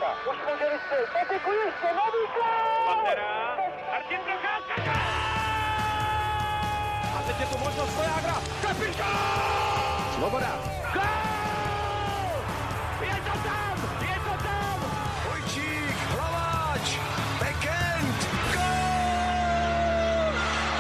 Už může vystřelit, Patriku ještě, nový gól! Pantera, Martin Procházka! A teď je tu možnost Kojágra, kapitán! Svoboda, gól! Je to tam, je to tam! Vojčík, Hlaváč, Bekend, gól!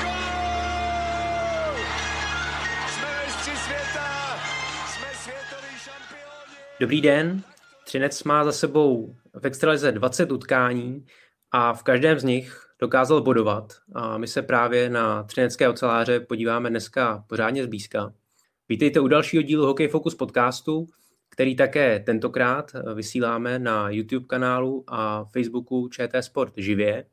Gól! Jsme mistři světa, jsme světoví šampioni! Dobrý den, Třinec má za sebou v extralize 20 utkání a v každém z nich dokázal bodovat. A my se právě na třinecké oceláře podíváme dneska pořádně zblízka. Vítejte u dalšího dílu Hokej Focus podcastu, který také tentokrát vysíláme na YouTube kanálu a Facebooku ČT Sport živě.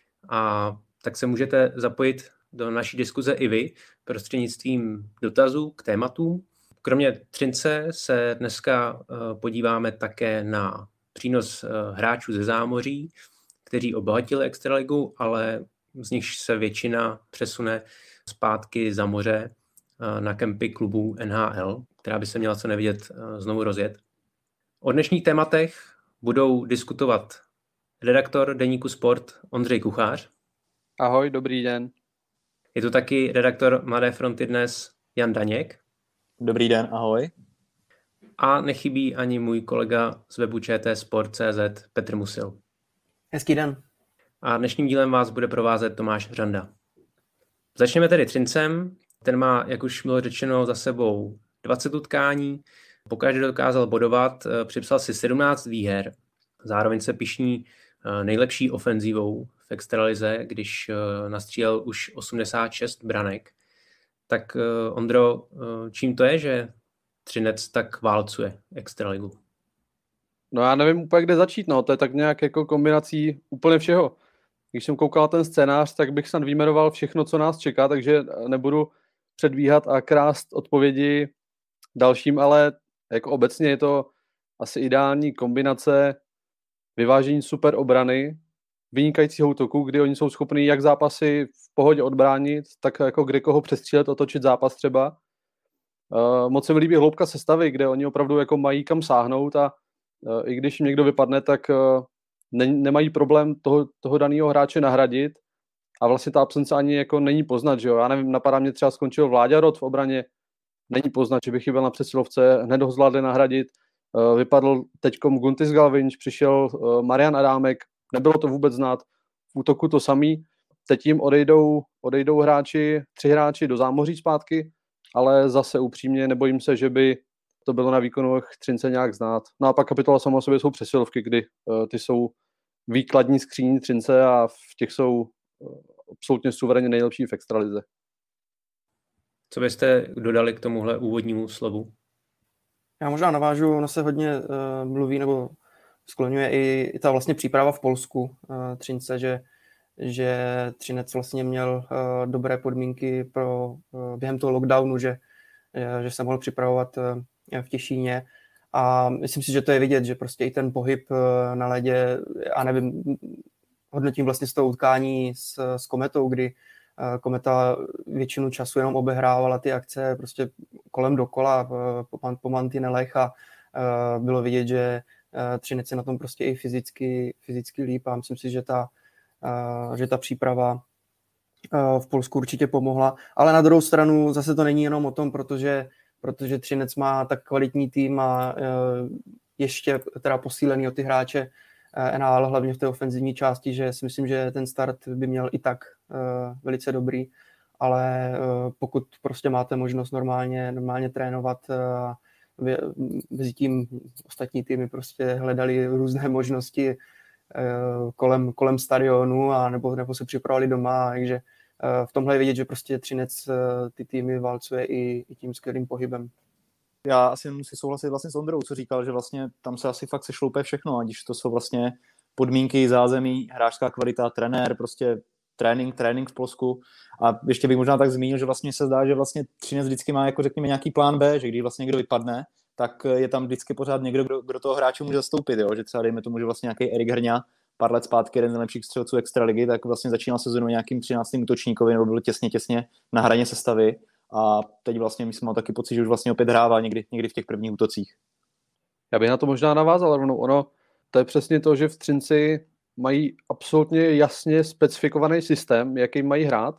A tak se můžete zapojit do naší diskuze i vy prostřednictvím dotazů k tématům. Kromě Třince se dneska podíváme také na přínos hráčů ze zámoří, kteří obohatili extraligu, ale z nich se většina přesune zpátky za moře na kempy klubů NHL, která by se měla co nevidět znovu rozjet. O dnešních tématech budou diskutovat redaktor deníku Sport Ondřej Kuchař. Ahoj, dobrý den. Je tu taky redaktor Mladé fronty Dnes Jan Daněk. Dobrý den, ahoj. A nechybí ani můj kolega z webu čtsport.cz Petr Musil. Hezký den. A dnešním dílem vás bude provázet Tomáš Řanda. Začneme tedy Třincem. Ten má, jak už bylo řečeno, za sebou 20 utkání. Pokaždé dokázal bodovat, připsal si 17 výher. Zároveň se pyšní nejlepší ofenzívou v extralize, když nastřílel už 86 branek. Tak Ondro, čím to je, že Třinec tak válcuje extraligu? No já nevím úplně, kde začít, no. To je tak nějak jako kombinací úplně všeho. Když jsem koukal ten scénář, tak bych snad vyjmenoval všechno, co nás čeká, takže nebudu předbíhat a krást odpovědi dalším, ale jako obecně je to asi ideální kombinace vyvážení super obrany, vynikajícího útoku, kdy oni jsou schopní jak zápasy v pohodě odbránit, tak jako kde koho přestřílet, otočit zápas třeba. Moc se mi líbí hloubka sestavy, kde oni opravdu jako mají kam sáhnout a i když jim někdo vypadne, tak nemají problém toho daného hráče nahradit a vlastně ta absence ani jako není poznat, že jo. Já nevím, napadá mě třeba skončil Vláďa Rod v obraně, není poznat, že by chyběl na přesilovce, hned ho zvládli nahradit. Vypadl teďkom Guntis Galvinč, přišel Marian Adámek, nebylo to vůbec znát, v útoku to samý. Teď jim odejdou tři hráči do zámoří zpátky, ale zase upřímně nebojím se, že by to bylo na výkonu Třince nějak znát. No a pak kapitola sama o sobě jsou přesilovky, kdy ty jsou výkladní skříň Třince a v těch jsou absolutně suverénně nejlepší v extralize. Co byste dodali k tomuhle úvodnímu slovu? Já možná navážu, ono se hodně mluví nebo skloňuje i ta vlastně příprava v Polsku Třince, že Třinec vlastně měl dobré podmínky pro během toho lockdownu, že se mohl připravovat v Těšíně a myslím si, že to je vidět, že prostě i ten pohyb na ledě, a nevím, hodnotím vlastně z toho utkání s Kometou, kdy Kometa většinu času jenom obehrávala ty akce prostě kolem dokola po mantinelech a bylo vidět, že Třinec je na tom prostě i fyzicky líp a myslím si, že ta příprava v Polsku určitě pomohla. Ale na druhou stranu zase to není jenom o tom, protože Třinec má tak kvalitní tým a ještě teda posílený o ty hráče NHL, hlavně v té ofenzivní části, že si myslím, že ten start by měl i tak velice dobrý, ale pokud prostě máte možnost normálně trénovat, mezi tím ostatní týmy prostě hledali různé možnosti kolem stadionu a nebo se připravovali doma, takže v tomhle je vidět, že prostě Třinec ty týmy válcuje i tím skvělým pohybem. Já asi musím souhlasit vlastně s Ondrou, co říkal, že vlastně tam se asi fakt sešloupe všechno, a když to jsou vlastně podmínky, zázemí, hráčská kvalita, trenér, prostě trénink v Polsku. A ještě bych možná tak zmínil, že vlastně se zdá, že vlastně Třinec vždycky má jako řekněme nějaký plán B, že když vlastně někdo vypadne, tak je tam vždycky pořád někdo, kdo toho hráče může zastoupit, jo? Že třeba dejme tomu, že vlastně nějaký Erik Hrňa, pár let zpátky jeden z nejlepších střelců extraligy, tak vlastně začínal sezonu nějakým 13. útočníkovi, nebo byl těsně na hraně sestavy a teď vlastně my jsme mal taky pocit, že už vlastně opět hrává někdy v těch prvních útocích. Já bych na to možná navázal rovnou. Ono to je přesně to, že v Třinci mají absolutně jasně specifikovaný systém, jaký mají hrát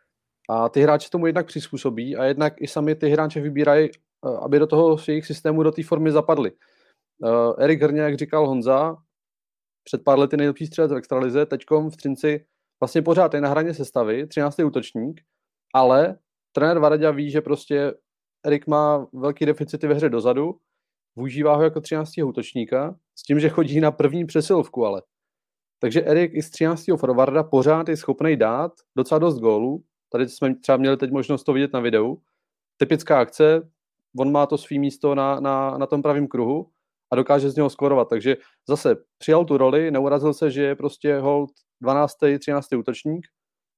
a ty hráči tomu jednak přizpůsobí a jednak i sami ty hráče vybírají, aby do toho jejich systému, do té formy zapadli. Erik Hrně, jak říkal Honza, před pár lety nejlepší střelec v extralize, teďkom v Třinci vlastně pořád je na hraně sestavy, 13. útočník, ale trenér Varaďa ví, že prostě Erik má velký deficity ve hře dozadu, využívá ho jako 13. útočníka, s tím, že chodí na první přesilovku, ale. Takže Erik i z 13. forwarda pořád je schopný dát docela dost gólů. Tady jsme třeba měli teď možnost to vidět na videu. Typická akce, on má to svý místo na tom pravém kruhu a dokáže z něho skórovat. Takže zase přijal tu roli, neurazil se, že je prostě hold 12. 13. útočník,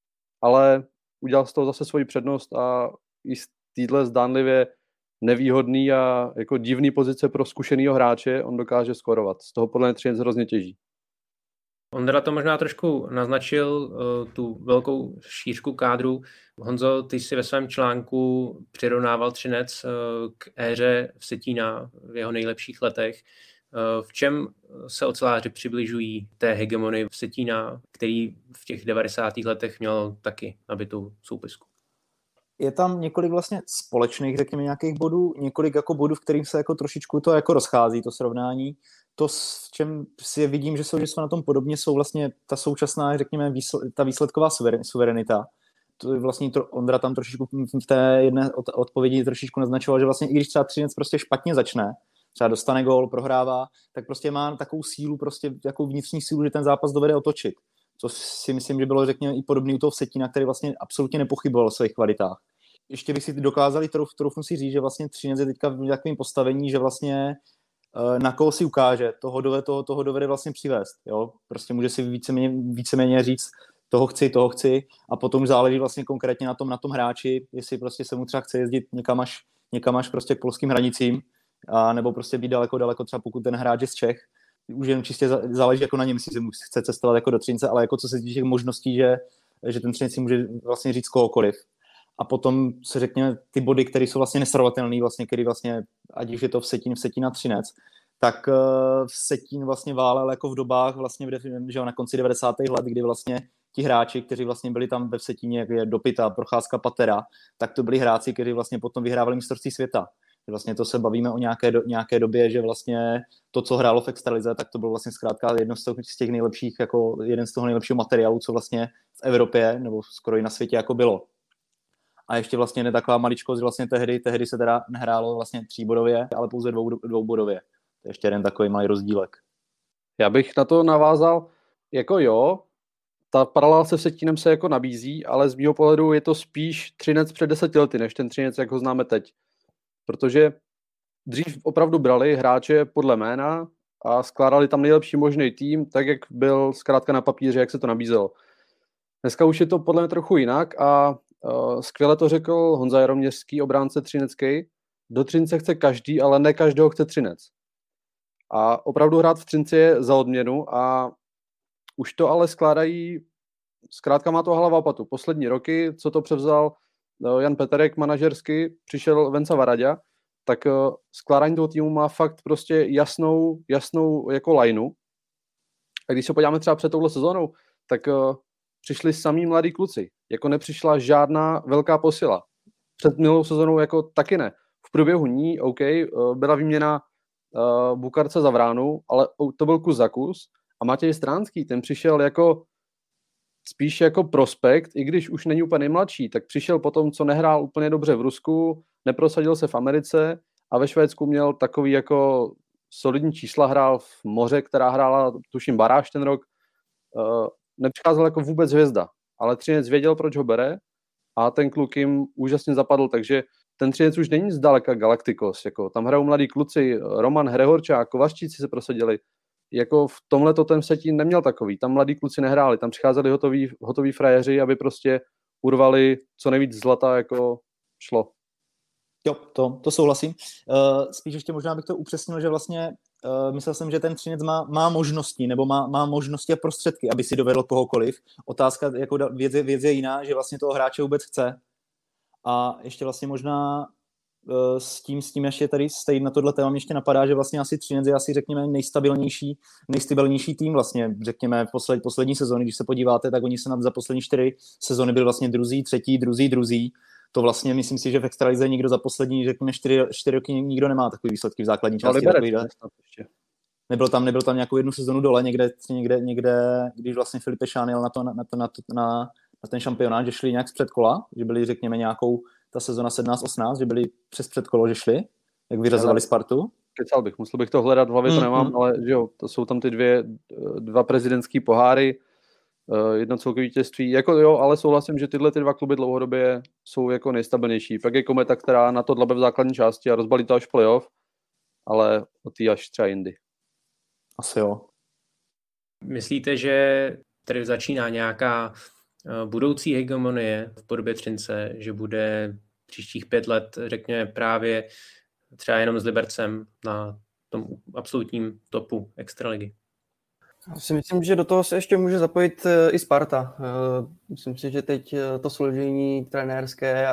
ale udělal z toho zase svoji přednost a i z téhle zdánlivě nevýhodný a jako divný pozice pro zkušenýho hráče on dokáže skórovat. Z toho podle mě Třinec hrozně těží. Ondra to možná trošku naznačil, tu velkou šířku kádru. Honzo, ty jsi ve svém článku přirovnával Třinec k éře Vsetína v jeho nejlepších letech. V čem se oceláři přibližují té hegemonii Vsetína, který v těch 90. letech měl taky nabitou soupisku? Je tam několik vlastně společných, řekněme, nějakých bodů, několik jako bodů, v kterým se jako trošičku to jako rozchází, to srovnání. To, v čem si vidím, že jsou na tom podobně, jsou vlastně ta současná, řekněme, ta výsledková suverenita. To je vlastně Ondra tam trošičku v té jedné odpovědi trošičku naznačoval, že vlastně i když třeba Třinec prostě špatně začne, třeba dostane gól, prohrává, tak prostě má takovou sílu, prostě takovou vnitřní sílu, že ten zápas dovede otočit. Co si myslím, že bylo, řekněme, i podobný u toho Vsetína, který vlastně absolutně nepochyboval o svých kvalitách. Ještě bych si dokázali, troufnu si říct, že vlastně Třinec je teďka v takovém postavení, že vlastně na koho si ukáže, toho dovede vlastně přivést. Jo? Prostě může si víceméně říct, toho chci a potom záleží vlastně konkrétně na tom hráči, jestli prostě se mu třeba chce jezdit někam až prostě k polským hranicím, a nebo prostě být daleko třeba pokud ten hráč je z Čech. Už jen čistě záleží jako na něm, jestli se mu chce cestovat jako do Třince, ale jako co se týče těch možností, že ten Třinec si může vlastně říct kohokoliv. A potom se řekněme ty body, které jsou vlastně nesrovnatelné, vlastně, který vlastně, ať už je to Vsetín a Třinec, tak Vsetín vlastně válel jako v dobách vlastně, že na konci 90. let, kdy vlastně ti hráči, kteří vlastně byli tam ve Vsetíně, jak je Dopita, Procházka, Patera, tak to byli hráči, kteří vlastně potom vyhrávali mistrovství světa. Vlastně to se bavíme o nějaké době, že vlastně to, co hrálo v extralize, tak to bylo vlastně zkrátka z těch nejlepších, jako jeden z toho nejlepšího materiálu, co vlastně v Evropě nebo skoro i na světě jako bylo. A ještě vlastně ne taková maličkost, že vlastně tehdy se teda nehrálo vlastně 3bodově, ale pouze 2bodově. To je ještě jeden takový malý rozdílek. Já bych na to navázal, jako jo, ta paralela se Vsetínem se jako nabízí, ale z mého pohledu je to spíš Třinec před 10 lety, než ten Třinec, jak ho známe teď. Protože dřív opravdu brali hráče podle jména a skládali tam nejlepší možný tým, tak jak byl zkrátka na papíře, jak se to nabízelo. Dneska už je to podle mě trochu jinak a skvěle to řekl Honza Jaroměřský, obránce třinecký. Do Třince chce každý, ale ne každého chce Třinec. A opravdu hrát v Třinci je za odměnu a už to ale skládají, zkrátka má to hlava patu. Poslední roky, co to převzal Jan Peterek manažersky, přišel Venca Varaďa, tak skládání toho týmu má fakt prostě jasnou jako lineu. A když se podíváme třeba před touhle sezónou, tak přišli samý mladí kluci. Jako nepřišla žádná velká posila. Před minulou sezónou jako taky ne. V průběhu ní, OK, byla výměna Bukarce za Vránu, ale to byl kus za kus. A Matěj Stránský, ten přišel jako spíš jako prospekt, i když už není úplně nejmladší, tak přišel potom, co nehrál úplně dobře v Rusku, neprosadil se v Americe a ve Švédsku měl takový jako solidní čísla, hrál v Moře, která hrála, tuším, baráž ten rok. Nepřicházel jako vůbec hvězda, ale Třinec věděl, proč ho bere a ten kluk jim úžasně zapadl, takže ten Třinec už není zdaleka Galacticos, jako tam hrajou mladí kluci, Roman Hrehorčák, Kovařčíci se prosadili, jako v tomhle to ten Vsetín neměl takový, tam mladí kluci nehráli, tam přicházeli hotoví frajeři, aby prostě urvali co nejvíc zlata, jako šlo. Jo, to souhlasím. Spíš ještě možná bych to upřesnil, že vlastně myslel jsem, že ten Třinec má možnosti, nebo má možnosti a prostředky, aby si dovedl kohokoliv. Otázka, jako věc je jiná, že vlastně toho hráče vůbec chce. A ještě vlastně možná s tím ještě tady stejt na tohle téma mě ještě napadá, že vlastně asi Třinec je asi řekněme nejstabilnější tým vlastně, řekněme poslední sezóny, když se podíváte, tak oni se za poslední 4 sezóny byli vlastně druzí. To vlastně myslím si, že v extralize nikdo za poslední, řekněme 4 roky nikdo nemá takový výsledky v základní části. Nebyl tam nějakou jednu sezonu dole někde, když vlastně Filipe Šán jel na ten šampionát, že šli nějak z předkola, že byli řekněme nějakou ta sezona 17-18, že byli přes předkolo, že šli, jak vyřazovali Spartu. Kecal musel bych to hledat, v hlavě to nemám, ale že jo, to jsou tam ty dva prezidentský poháry, jedno celkové vítězství, jako jo, ale souhlasím, že tyhle ty dva kluby dlouhodobě jsou jako nejstabilnější. Pak je Kometa, která na to dlabe v základní části a rozbalí to až v playoff, ale o tý až třeba jindy. Asi jo. Myslíte, že tady začíná nějaká budoucí hegemonie v podobě Třince, že bude příštích 5 let, řekněme, právě třeba jenom s Libercem na tom absolutním topu extraligy? Já si myslím, že do toho se ještě může zapojit i Sparta. Myslím si, že teď to složení trenérské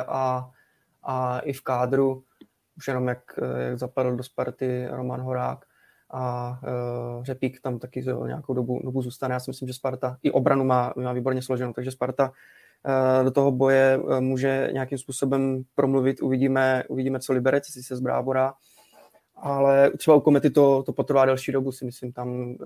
a i v kádru, už jenom jak zapadl do Sparty Roman Horák a Řepík tam taky nějakou dobu zůstane. Já si myslím, že Sparta i obranu má výborně složenou, takže Sparta do toho boje může nějakým způsobem promluvit. Uvidíme, co Liberec, jestli se zbráborá. Ale třeba u Komety to potrvá delší dobu, si myslím. Tam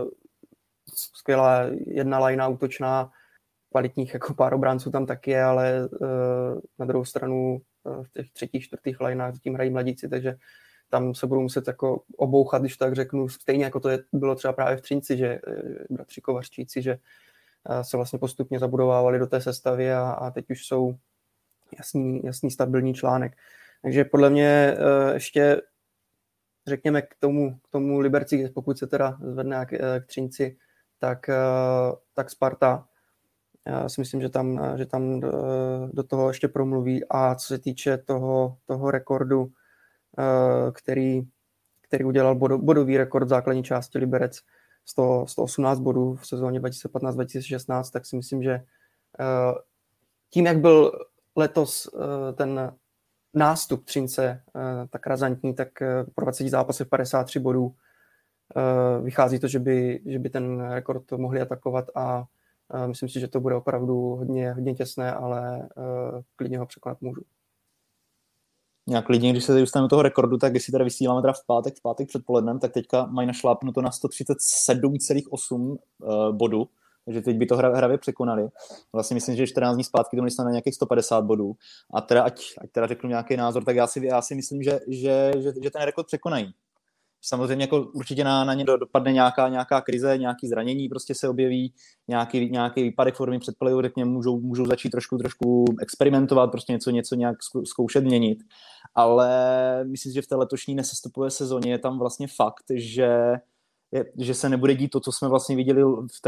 skvělá jedna lajna útočná, kvalitních jako pár obránců tam taky je, ale na druhou stranu v těch 3., 4. lajnách zatím hrají mladíci, takže tam se budou muset jako obouchat, když tak řeknu, stejně jako to bylo třeba právě v Třinci, že bratři Kovařčíci, že se vlastně postupně zabudovávali do té sestavy a teď už jsou jasný stabilní článek. Takže podle mě ještě řekněme k tomu Liberci, pokud se teda zvedne k Třinci, tak Sparta. Já si myslím, že tam do toho ještě promluví. A co se týče toho rekordu, který udělal bodový rekord v základní části Liberec, 118 bodů v sezóně 2015-2016, tak si myslím, že tím, jak byl letos ten nástup Třince tak razantní, tak po 20 zápasech 53 bodů vychází to, že by ten rekord mohli atakovat a myslím si, že to bude opravdu hodně těsné, ale klidně ho překonat můžu. Nějak lidi, když se tady dostaneme do toho rekordu, tak když si tady vysíláme teda v pátek předpolednem, tak teďka mají našlápnuto na 137,8 bodů, takže teď by to hravě překonali. Vlastně myslím, že 14 dní zpátky to dostane na nějakých 150 bodů. A teda, ať teda řeknu nějaký názor, tak já si myslím, že ten rekord překonají. Samozřejmě jako určitě na ně dopadne nějaká krize, nějaký zranění, prostě se objeví nějaký výpadek formy před playoff, řekněme, můžou začít trošku experimentovat, prostě něco nějak zkoušet měnit. Ale myslím, že v té letošní nesestupové sezóně je tam vlastně fakt, že se nebude dít to, co jsme vlastně viděli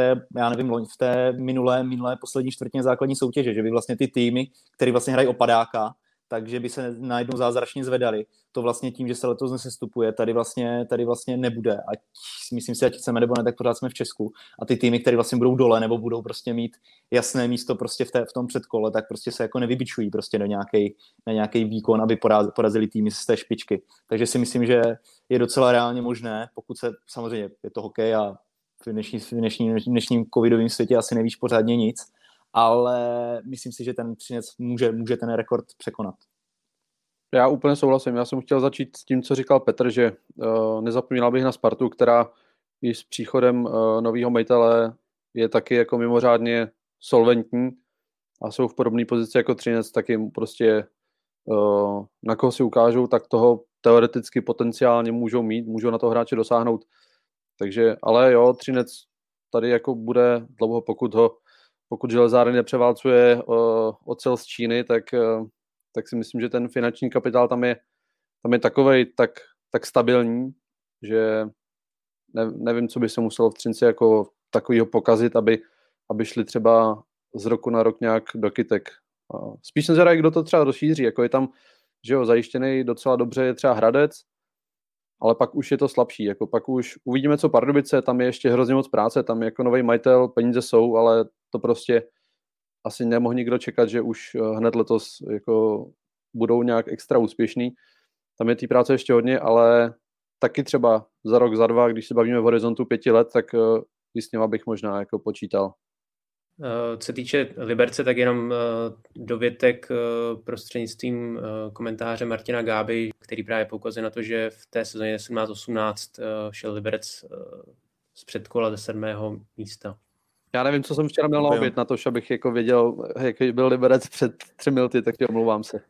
v té minulé poslední čtvrtině základní soutěže, že by vlastně ty týmy, které vlastně hrají o padáka, takže by se najednou zázračně zvedali. To vlastně tím, že se letos nesestupuje, tady vlastně nebude. Myslím si, ať chceme nebo ne, tak pořád jsme v Česku. A ty týmy, které vlastně budou dole nebo budou prostě mít jasné místo prostě v tom předkole, tak prostě se jako nevybičují prostě na nějaký výkon, aby porazili týmy z té špičky. Takže si myslím, že je docela reálně možné, pokud se, samozřejmě je to hokej a v dnešním covidovém světě asi nevíš pořádně nic, ale myslím si, že ten Třinec může ten rekord překonat. Já úplně souhlasím. Já jsem chtěl začít s tím, co říkal Petr, že nezapomínal bych na Spartu, která i s příchodem nového majitele je taky jako mimořádně solventní a jsou v podobné pozici jako Třinec, tak jim prostě na koho si ukážou, tak toho teoreticky potenciálně můžou na to hráče dosáhnout. Takže, ale jo, Třinec tady jako bude dlouho, pokud železárny nepřeválcuje ocel z Číny, tak si myslím, že ten finanční kapitál tam je takovej tak stabilní, že nevím, co by se muselo v Třinci jako takovýho pokazit, aby šli třeba z roku na rok nějak do kytek. Spíš jsem zvědavý, kdo to třeba rozšíří, jako je tam, že jo, zajištěný docela dobře je třeba Hradec, ale pak už je to slabší, jako pak už uvidíme, co Pardubice, tam je ještě hrozně moc práce, tam jako nový majitel, peníze jsou, ale to prostě asi nemohl nikdo čekat, že už hned letos jako budou nějak extra úspěšný. tam je té práce ještě hodně, ale taky třeba za rok, za dva, když se bavíme v horizontu 5 let, tak i s něma bych možná jako počítal. Co se týče Liberce, tak jenom dovětek prostřednictvím komentáře Martina Gáby, který právě poukazuje na to, že v té sezóně 17-18 šel Liberec z předkola ze 7. místa. Já nevím, co jsem včera měl na oběd, na to, abych jako věděl, jaký byl Liberec před 3 minuty, tak tě omlouvám se.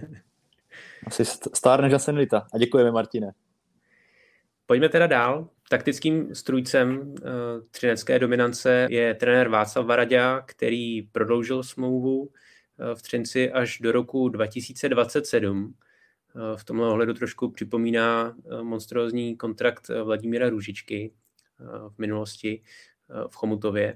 Asi stárneš a senilita. A děkujeme, Martine. Pojďme teda dál. Taktickým strůjcem třinecké dominance je trenér Václav Varaďa, který prodloužil smlouvu v Třinci až do roku 2027. V tomhle ohledu trošku připomíná monstrózní kontrakt Vladimíra Růžičky v minulosti v Chomutově.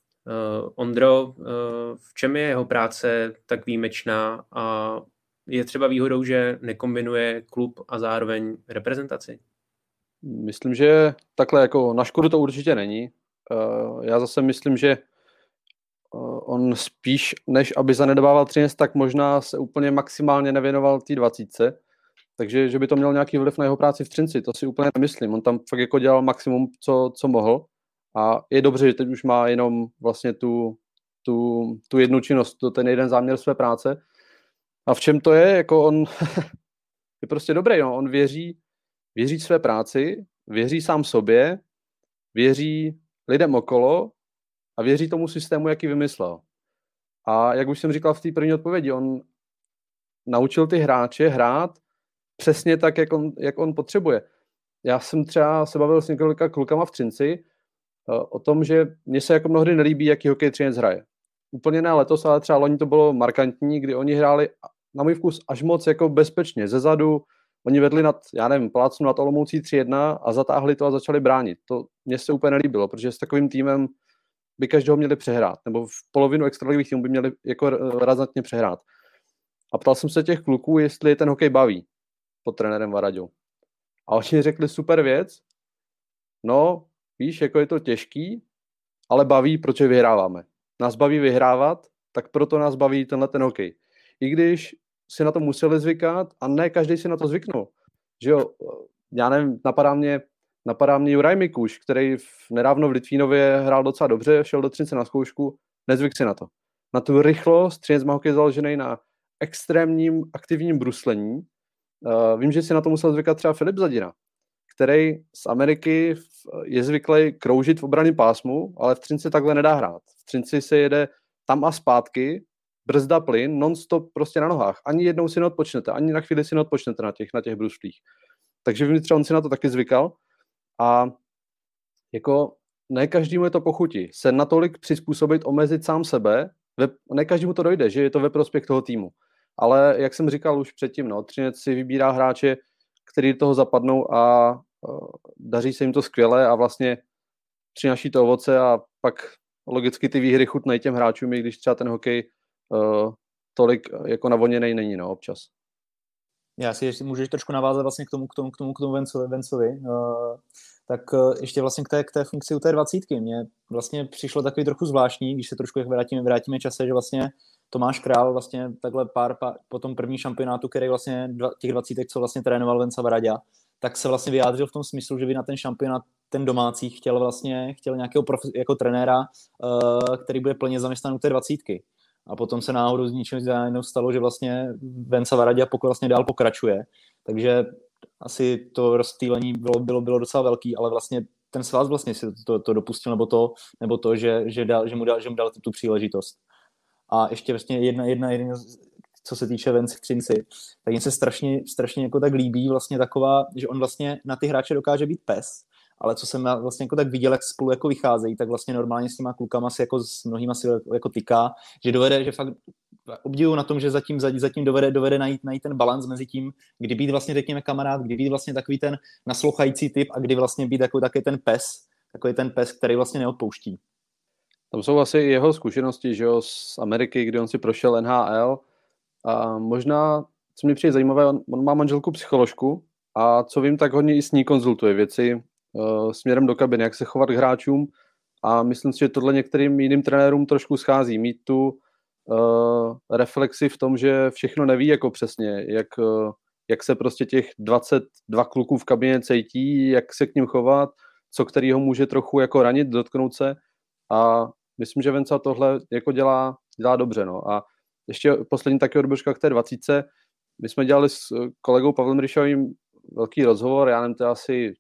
Ondro, v čem je jeho práce tak výjimečná a je třeba výhodou, že nekombinuje klub a zároveň reprezentaci? Myslím, že takhle jako na škodu to určitě není. Já zase myslím, že on spíš, než aby zanedbával Třinec, tak možná se úplně maximálně nevěnoval té 20. Takže že by to mělo nějaký vliv na jeho práci v Třinci, to si úplně nemyslím. On tam fakt jako dělal maximum, co mohl. A je dobře, že teď už má jenom vlastně tu jednu činnost, ten jeden záměr své práce. A v čem to je? Jako on je prostě dobrý, no. On věří své práci, věří sám sobě, věří lidem okolo a věří tomu systému, jaký vymyslel. A jak už jsem říkal v té první odpovědi, on naučil ty hráče hrát přesně tak, jak on potřebuje. Já jsem třeba se bavil s několika klukama v Třinci o tom, že mně se jako mnohdy nelíbí, jaký hokej Třinec hraje. Úplně ne letos, ale třeba loni to bylo markantní, kdy oni hráli na můj vkus až moc jako bezpečně, zezadu. Oni vedli plácnu nad Olomoucí 3-1 a zatáhli to a začali bránit. To mně se úplně nelíbilo, protože s takovým týmem by každého měli přehrát, nebo v polovinu extraligových týmů by měli jako razantně přehrát. A ptal jsem se těch kluků, jestli ten hokej baví pod trenérem Varaďou. A oni řekli super věc, no víš, jako je to těžký, ale baví, protože vyhráváme. Nás baví vyhrávat, tak proto nás baví ten hokej. I když si na to museli zvykat a ne každý si na to zvyknul. Že jo, já nevím, napadá mě Juraj Mikuš, který nedávno v Litvínově hrál docela dobře, šel do Třince na zkoušku, nezvyk si na to. Na tu rychlost, Třinec má hokej založený na extrémním aktivním bruslení. Vím, že si na to musel zvykat třeba Filip Zadina, který z Ameriky je zvyklý kroužit v obranném pásmu, ale v Třinci takhle nedá hrát. V Třinci se jede tam a zpátky, brzda plyn, non-stop prostě na nohách. Ani jednou si neodpočnete, ani na chvíli si neodpočnete na těch bruslích. Takže vím, třeba on si na to taky zvykal a jako ne každému je to po chuti. Se natolik přizpůsobit, omezit sám sebe, ne každému to dojde, že je to ve prospěch toho týmu. Ale jak jsem říkal už předtím, Třinec si vybírá hráče, kteří do toho zapadnou a daří se jim to skvěle a vlastně přináší to ovoce a pak logicky ty výhry chutnají těm hráčům, i když třeba ten hokej tolik jako navoněnej není, občas. Já si ještě můžeš trošku navázat vlastně k tomu Vencovi. Tak ještě vlastně k té funkci u té 20. Mně vlastně přišlo takový trochu zvláštní, když se trošku vrátíme čase, že vlastně Tomáš Král vlastně takhle pár po tom první šampionátu, který vlastně těch 20, co vlastně trénoval Venca Varaďa, tak se vlastně vyjádřil v tom smyslu, že by na ten šampionát ten domácí chtěl nějakého jako trenéra, který bude plně zaměstnán u té 20. A potom se náhodou z ničeho stalo, že vlastně Venca Varaďa vlastně dál pokračuje. Takže asi to rozptýlení bylo docela velký, ale vlastně ten svaz vlastně si to dopustil, nebo to, že mu dal tu příležitost. A ještě vlastně jedna co se týče Vence v Třinci, tak jim se strašně jako tak líbí vlastně taková, že on vlastně na ty hráče dokáže být pes, ale co jsem vlastně jako tak viděl, jak spolu jako vycházejí, tak vlastně normálně s těma klukama si jako s mnohýma si jako tyká, že fakt obdivuju na tom, že zatím dovede najít ten balans mezi tím, kdy být vlastně řekněme kamarád, kdy být vlastně takový ten naslouchající typ a kdy vlastně být takový ten pes, který vlastně neodpouští. Tam jsou asi jeho zkušenosti, že jo, z Ameriky, kdy on si prošel NHL a možná, co mi přijde zajímavé, on má manželku psycholožku a co vím, tak hodně i s ní konzultuje věci směrem do kabiny, jak se chovat k hráčům a myslím si, že tohle některým jiným trenérům trošku schází, mít tu reflexi v tom, že všechno neví jako přesně, jak se prostě těch 22 kluků v kabině cítí, jak se k ním chovat, co kterýho může trochu jako ranit, dotknout se a myslím, že Venca tohle jako dělá dobře, no. A ještě poslední taky odbočka k té 20. My jsme dělali s kolegou Pavlem Ryšavým velký rozhovor, já nevím, to je asi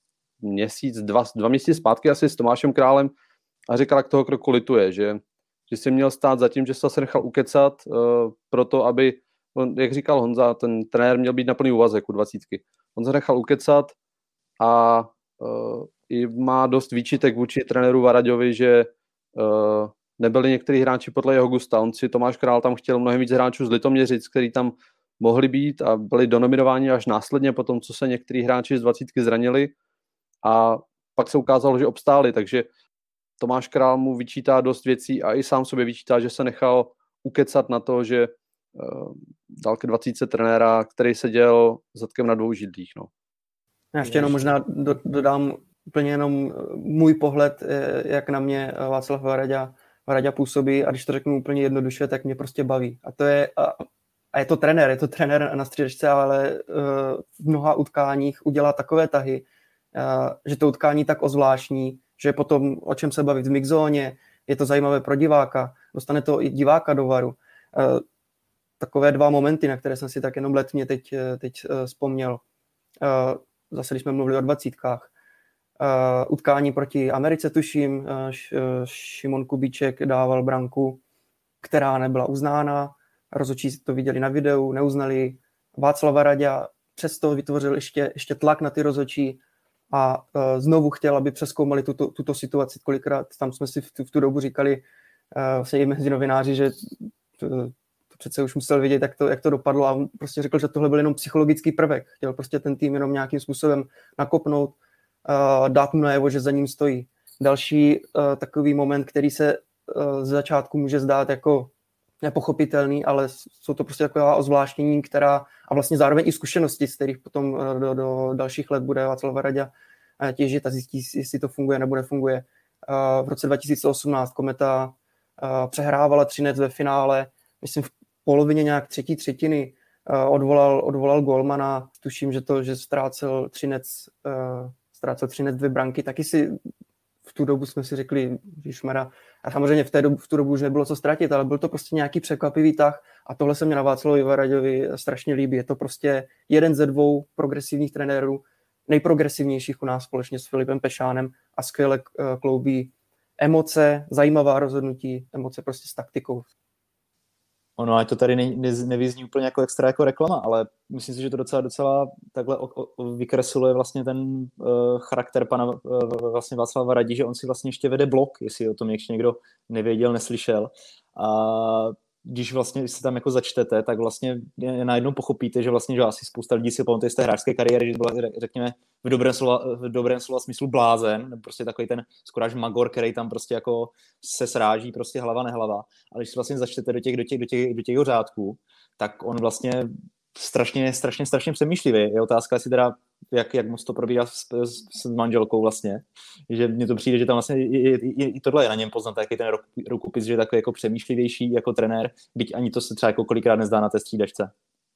dva měsíce zpátky asi s Tomášem Králem a říkal, jak toho kroku lituje, že si měl stát za tím, že se nechal ukecat proto, aby, jak říkal Honza, ten trenér měl být na plný úvazek u 20. On se nechal ukecat a i má dost výčitek vůči trenéru Varaďovi, že nebyli některý hráči podle jeho gusta. On si Tomáš Král tam chtěl mnohem víc hráčů z Litoměřic, který tam mohli být a byli donominováni až následně po tom, co se některý hráči z 20 zranili a pak se ukázalo, že obstáli, takže Tomáš Král mu vyčítá dost věcí a i sám sobě vyčítá, že se nechal ukecat na to, že dal ke 20 trenéra, který seděl zadkem na 2 židlích. No. Já ještě jenom možná dodám úplně jenom můj pohled, jak na mě Václav Varaďa působí a když to řeknu úplně jednoduše, tak mě prostě baví. A to je, a je to trenér na střídačce, ale v mnoha utkáních udělá takové tahy, že to utkání tak ozvláštní, že potom o čem se bavit v mixzóně, je to zajímavé pro diváka, dostane to i diváka do varu. Takové 2 momenty, na které jsem si tak jenom letmě teď vzpomněl. Zase, když jsme mluvili o 20. Utkání proti Americe, tuším, Šimon Kubíček dával branku, která nebyla uznána, rozhodčí to viděli na videu, neuznali. Václav Varaďa přesto vytvořil ještě tlak na ty rozhodčí a znovu chtěl, aby přezkoumali tuto situaci. Kolikrát tam jsme si v tu dobu říkali vlastně i mezi novináři, že to přece už musel vědět, jak to dopadlo a on prostě řekl, že tohle byl jenom psychologický prvek. Chtěl prostě ten tým jenom nějakým způsobem nakopnout, dát mu najevo, že za ním stojí. Další takový moment, který se z začátku může zdát jako nepochopitelný, ale jsou to prostě taková ozvláštnění, a vlastně zároveň i zkušenosti, z kterých potom do dalších let bude Václav Varaďa těžit a zjistí, jestli to funguje nebo nefunguje. V roce 2018 Kometa přehrávala Třinec ve finále, myslím v polovině nějak 3. třetiny odvolal golmana, tuším, že ztrácel Třinec 2 branky, taky si v tu dobu jsme si řekli, ježmara, a samozřejmě v tu dobu už nebylo co ztratit, ale byl to prostě nějaký překvapivý tah a tohle se mě na Václavovi Varaďovi strašně líbí. Je to prostě jeden ze 2 progresivních trenérů, nejprogresivnějších u nás společně s Filipem Pešánem a skvěle kloubí emoce, zajímavá rozhodnutí, emoce prostě s taktikou. Ono, ať to tady nevyzní úplně jako extra jako reklama, ale myslím si, že to docela takhle vykresluje vlastně ten charakter pana vlastně Václava Radí, že on si vlastně ještě vede blog, jestli o tom ještě někdo nevěděl, neslyšel. A když vlastně se tam jako začtete, tak vlastně najednou pochopíte, že vlastně že asi spousta lidí si pamatuje z té hráčské kariéry, že byla, řekněme, v dobrém slova smyslu blázen, nebo prostě takový ten skoro až magor, který tam prostě jako se sráží, prostě hlava nehlava. Ale když se vlastně začtete do těch řádků, tak on vlastně strašně přemýšlivý. Je otázka si teda, jak moc to probíhá s manželkou vlastně. Že mně to přijde, že tam vlastně i tohle je na něm poznat, jaký ten rukopis, že je takový jako přemýšlivější jako trenér, byť ani to se třeba jako kolikrát nezdá na té střídačce.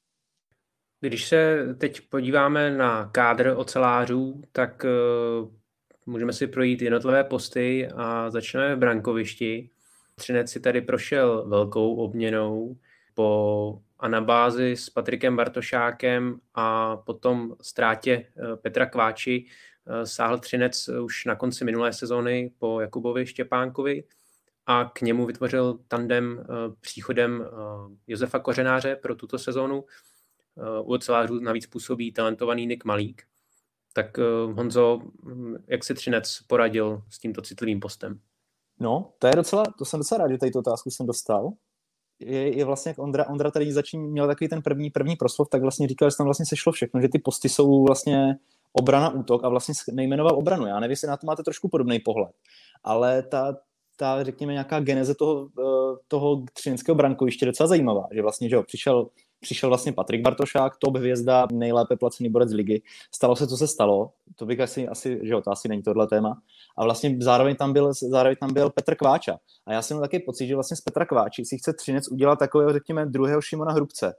Když se teď podíváme na kádr ocelářů, tak můžeme si projít jednotlivé posty a začneme v brankovišti. Třinec si tady prošel velkou obměnou po anabázi s Patrikem Bartošákem a potom ztrátě Petra Kváči sáhl Třinec už na konci minulé sezóny po Jakubovi Štěpánkovi a k němu vytvořil tandem příchodem Josefa Kořenáře pro tuto sezónu. U ocelářů navíc působí talentovaný Nick Malík. Tak Honzo, jak si Třinec poradil s tímto citlivým postem? No, to jsem docela rád, že tady tu otázku jsem dostal. Je vlastně, jak Ondra tady měl takový ten první proslov, tak vlastně říkal, že tam vlastně sešlo všechno, že ty posty jsou vlastně obrana, útok a vlastně nejmenoval obranu. Já nevím, jestli na to máte trošku podobný pohled, ale ta řekněme, nějaká geneze toho třineckého brankoviště je docela zajímavá, že vlastně, že jo, přišel vlastně Patrik Bartošák, top hvězda, nejlépe placený borec ligy. Stalo se, co se stalo. To bych asi že jo, to asi není tohle téma. A vlastně zároveň tam byl Petr Kváča. A já jsem měl taky pocit, že vlastně z Petra Kváči si chce Třinec udělat takového, řekněme, druhého Šimona Hrubce.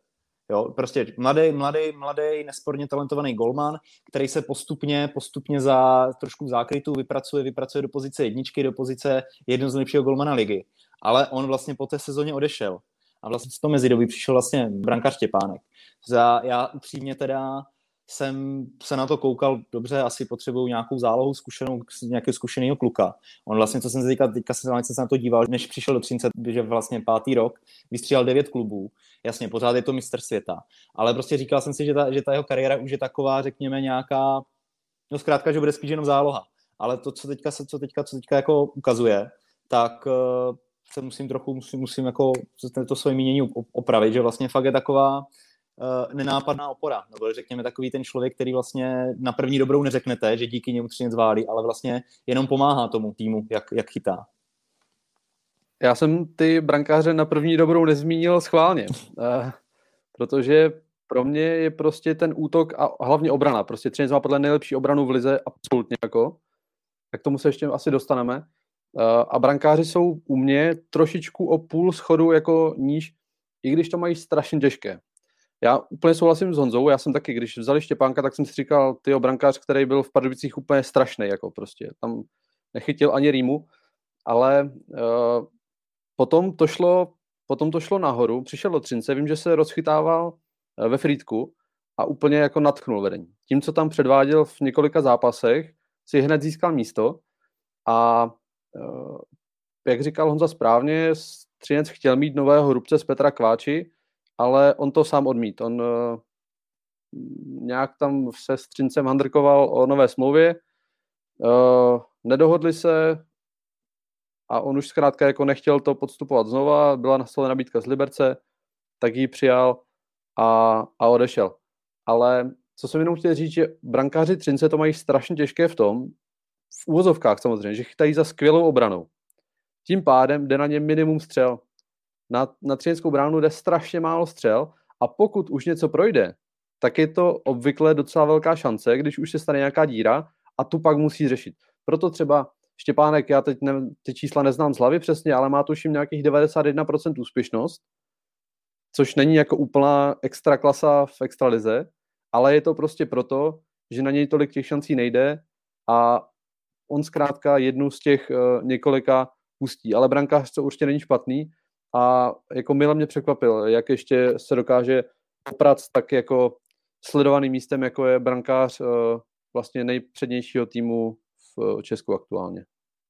Jo, prostě mladý, nesporně talentovaný golman, který se postupně za trošku v zákrytu vypracuje do pozice jedničky, do pozice jednoho z nejlepšího golmana ligy. Ale on vlastně po té sezóně odešel. A vlastně v tom mezidobí přišel vlastně brankář Štěpánek. Já upřímně teda jsem se na to koukal, dobře, asi potřebuju nějakou zálohu nějakého zkušeného kluka. On vlastně, co jsem se teďka jsem se na to díval, než přišel do Třince, že vlastně 5. rok, vystřídal 9 klubů. Jasně, pořád je to mistr světa. Ale prostě říkal jsem si, že ta jeho kariéra už je taková, řekněme, nějaká, no zkrátka, že bude spíš jenom záloha. Ale to, co teďka jako ukazuje, tak se musím jako to svoje mínění opravit, že vlastně fakt je taková nenápadná opora, nebo řekněme takový ten člověk, který vlastně na první dobrou neřeknete, že díky němu Třinec válí, ale vlastně jenom pomáhá tomu týmu, jak chytá. Já jsem ty brankáře na první dobrou nezmínil schválně, protože pro mě je prostě ten útok a hlavně obrana. Prostě Třinec má podle nejlepší obranu v lize, absolutně jako. Tak tomu se ještě asi dostaneme. A brankáři jsou u mě trošičku o půl schodu jako níž, i když to mají strašně těžké. Já úplně souhlasím s Honzou, já jsem taky, když vzali Štěpánka, tak jsem si říkal, tyjo, brankář, který byl v Pardubicích úplně strašný, jako prostě, tam nechytil ani rýmu, ale potom to šlo nahoru, přišel do Třince, vím, že se rozchytával ve Frýdku a úplně jako nadchnul vedení. Tím, co tam předváděl v několika zápasech, si hned získal místo a jak říkal Honza správně, Třinec chtěl mít nového hrubce z Petra Kváči, ale on to sám odmít. On nějak tam se s Třincem handrkoval o nové smlouvě, nedohodli se a on už zkrátka jako nechtěl to podstupovat znova, byla na stole nabídka z Liberce, tak ji přijal a odešel. Ale co jsem jenom chtěl říct, že brankáři Třince to mají strašně těžké v tom, v úvozovkách samozřejmě, že chytají za skvělou obranou. Tím pádem jde na ně minimum střel. Na třineckou bránu jde strašně málo střel a pokud už něco projde, tak je to obvykle docela velká šance, když už se stane nějaká díra a tu pak musí řešit. Proto třeba Štěpánek, já teď ty čísla neznám z hlavy přesně, ale má tuším nějakých 91% úspěšnost, což není jako úplná extra klasa v extralize, ale je to prostě proto, že na něj tolik těch šancí nejde a on zkrátka jednu z těch několika pustí. Ale brankář to určitě není špatný a jako mile mě překvapil, jak ještě se dokáže poprat s tak jako sledovaným místem, jako je brankář vlastně nejpřednějšího týmu v Česku aktuálně.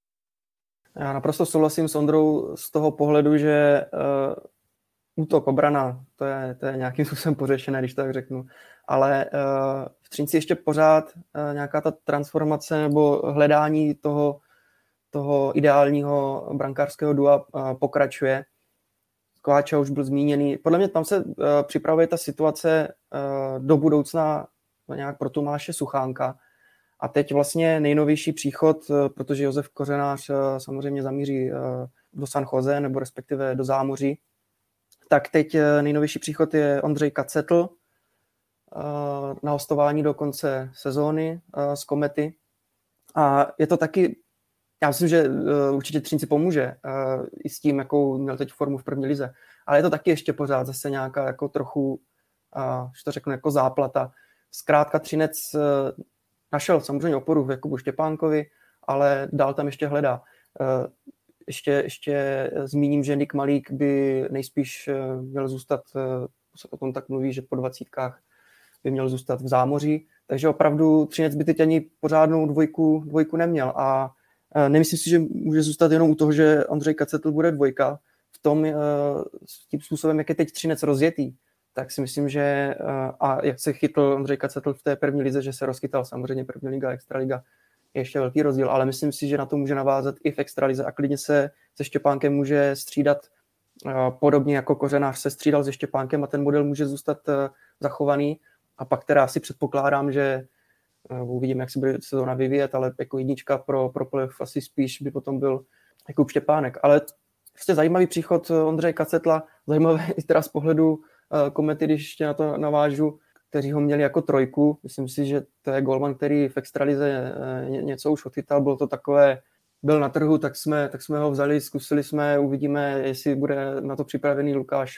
Já naprosto souhlasím s Ondrou z toho pohledu, že útok, obrana, to je nějakým způsobem pořešené, když tak řeknu. Ale v Třinci ještě pořád nějaká ta transformace nebo hledání toho ideálního brankářského dua pokračuje. Kováča už byl zmíněný. Podle mě tam se připravuje ta situace do budoucna nějak pro Tomáše Suchánka. A teď vlastně nejnovější příchod, protože Josef Kořenář samozřejmě zamíří do San Jose, nebo respektive do zámoří, tak teď nejnovější příchod je Ondřej Kacetl na hostování do konce sezóny z Komety. A je to taky, já myslím, že určitě Třinci pomůže i s tím, jakou měl teď formu v první lize. Ale je to taky ještě pořád zase nějaká jako trochu, že to řeknu, jako záplata. Zkrátka Třinec našel samozřejmě oporu v Jakubu Štěpánkovi, ale dál tam ještě hledá. Ještě zmíním, že Nick Malík by nejspíš měl zůstat, se o tom tak mluví, že po 20 by měl zůstat v zámoří, takže opravdu Třinec by teď ani pořádnou dvojku neměl a nemyslím si, že může zůstat jenom u toho, že Ondřej Kacetl bude dvojka. V tom, s tím způsobem, jak je teď Třinec rozjetý, tak si myslím, že a jak se chytl Ondřej Kacetl v té první lize, že se rozchytal samozřejmě první liga, extraliga, je ještě velký rozdíl, ale myslím si, že na to může navázat i v extralize a klidně se Štěpánkem může střídat podobně jako Kořenář se střídal se Štěpánkem a ten model může zůstat zachovaný a pak teda asi předpokládám, že uvidíme, jak se bude sezóna vyvíjet, ale jako jednička pro playoff asi spíš by potom byl Jakub Štěpánek, ale prostě zajímavý příchod Ondřeje Kacetla, zajímavé i teda z pohledu Komety, když ještě na to navážu, kteří ho měli jako trojku. Myslím si, že to je golman, který v extralize něco už odchytal. Bylo to takové, byl na trhu, tak jsme ho vzali, zkusili jsme, uvidíme, jestli bude na to připravený Lukáš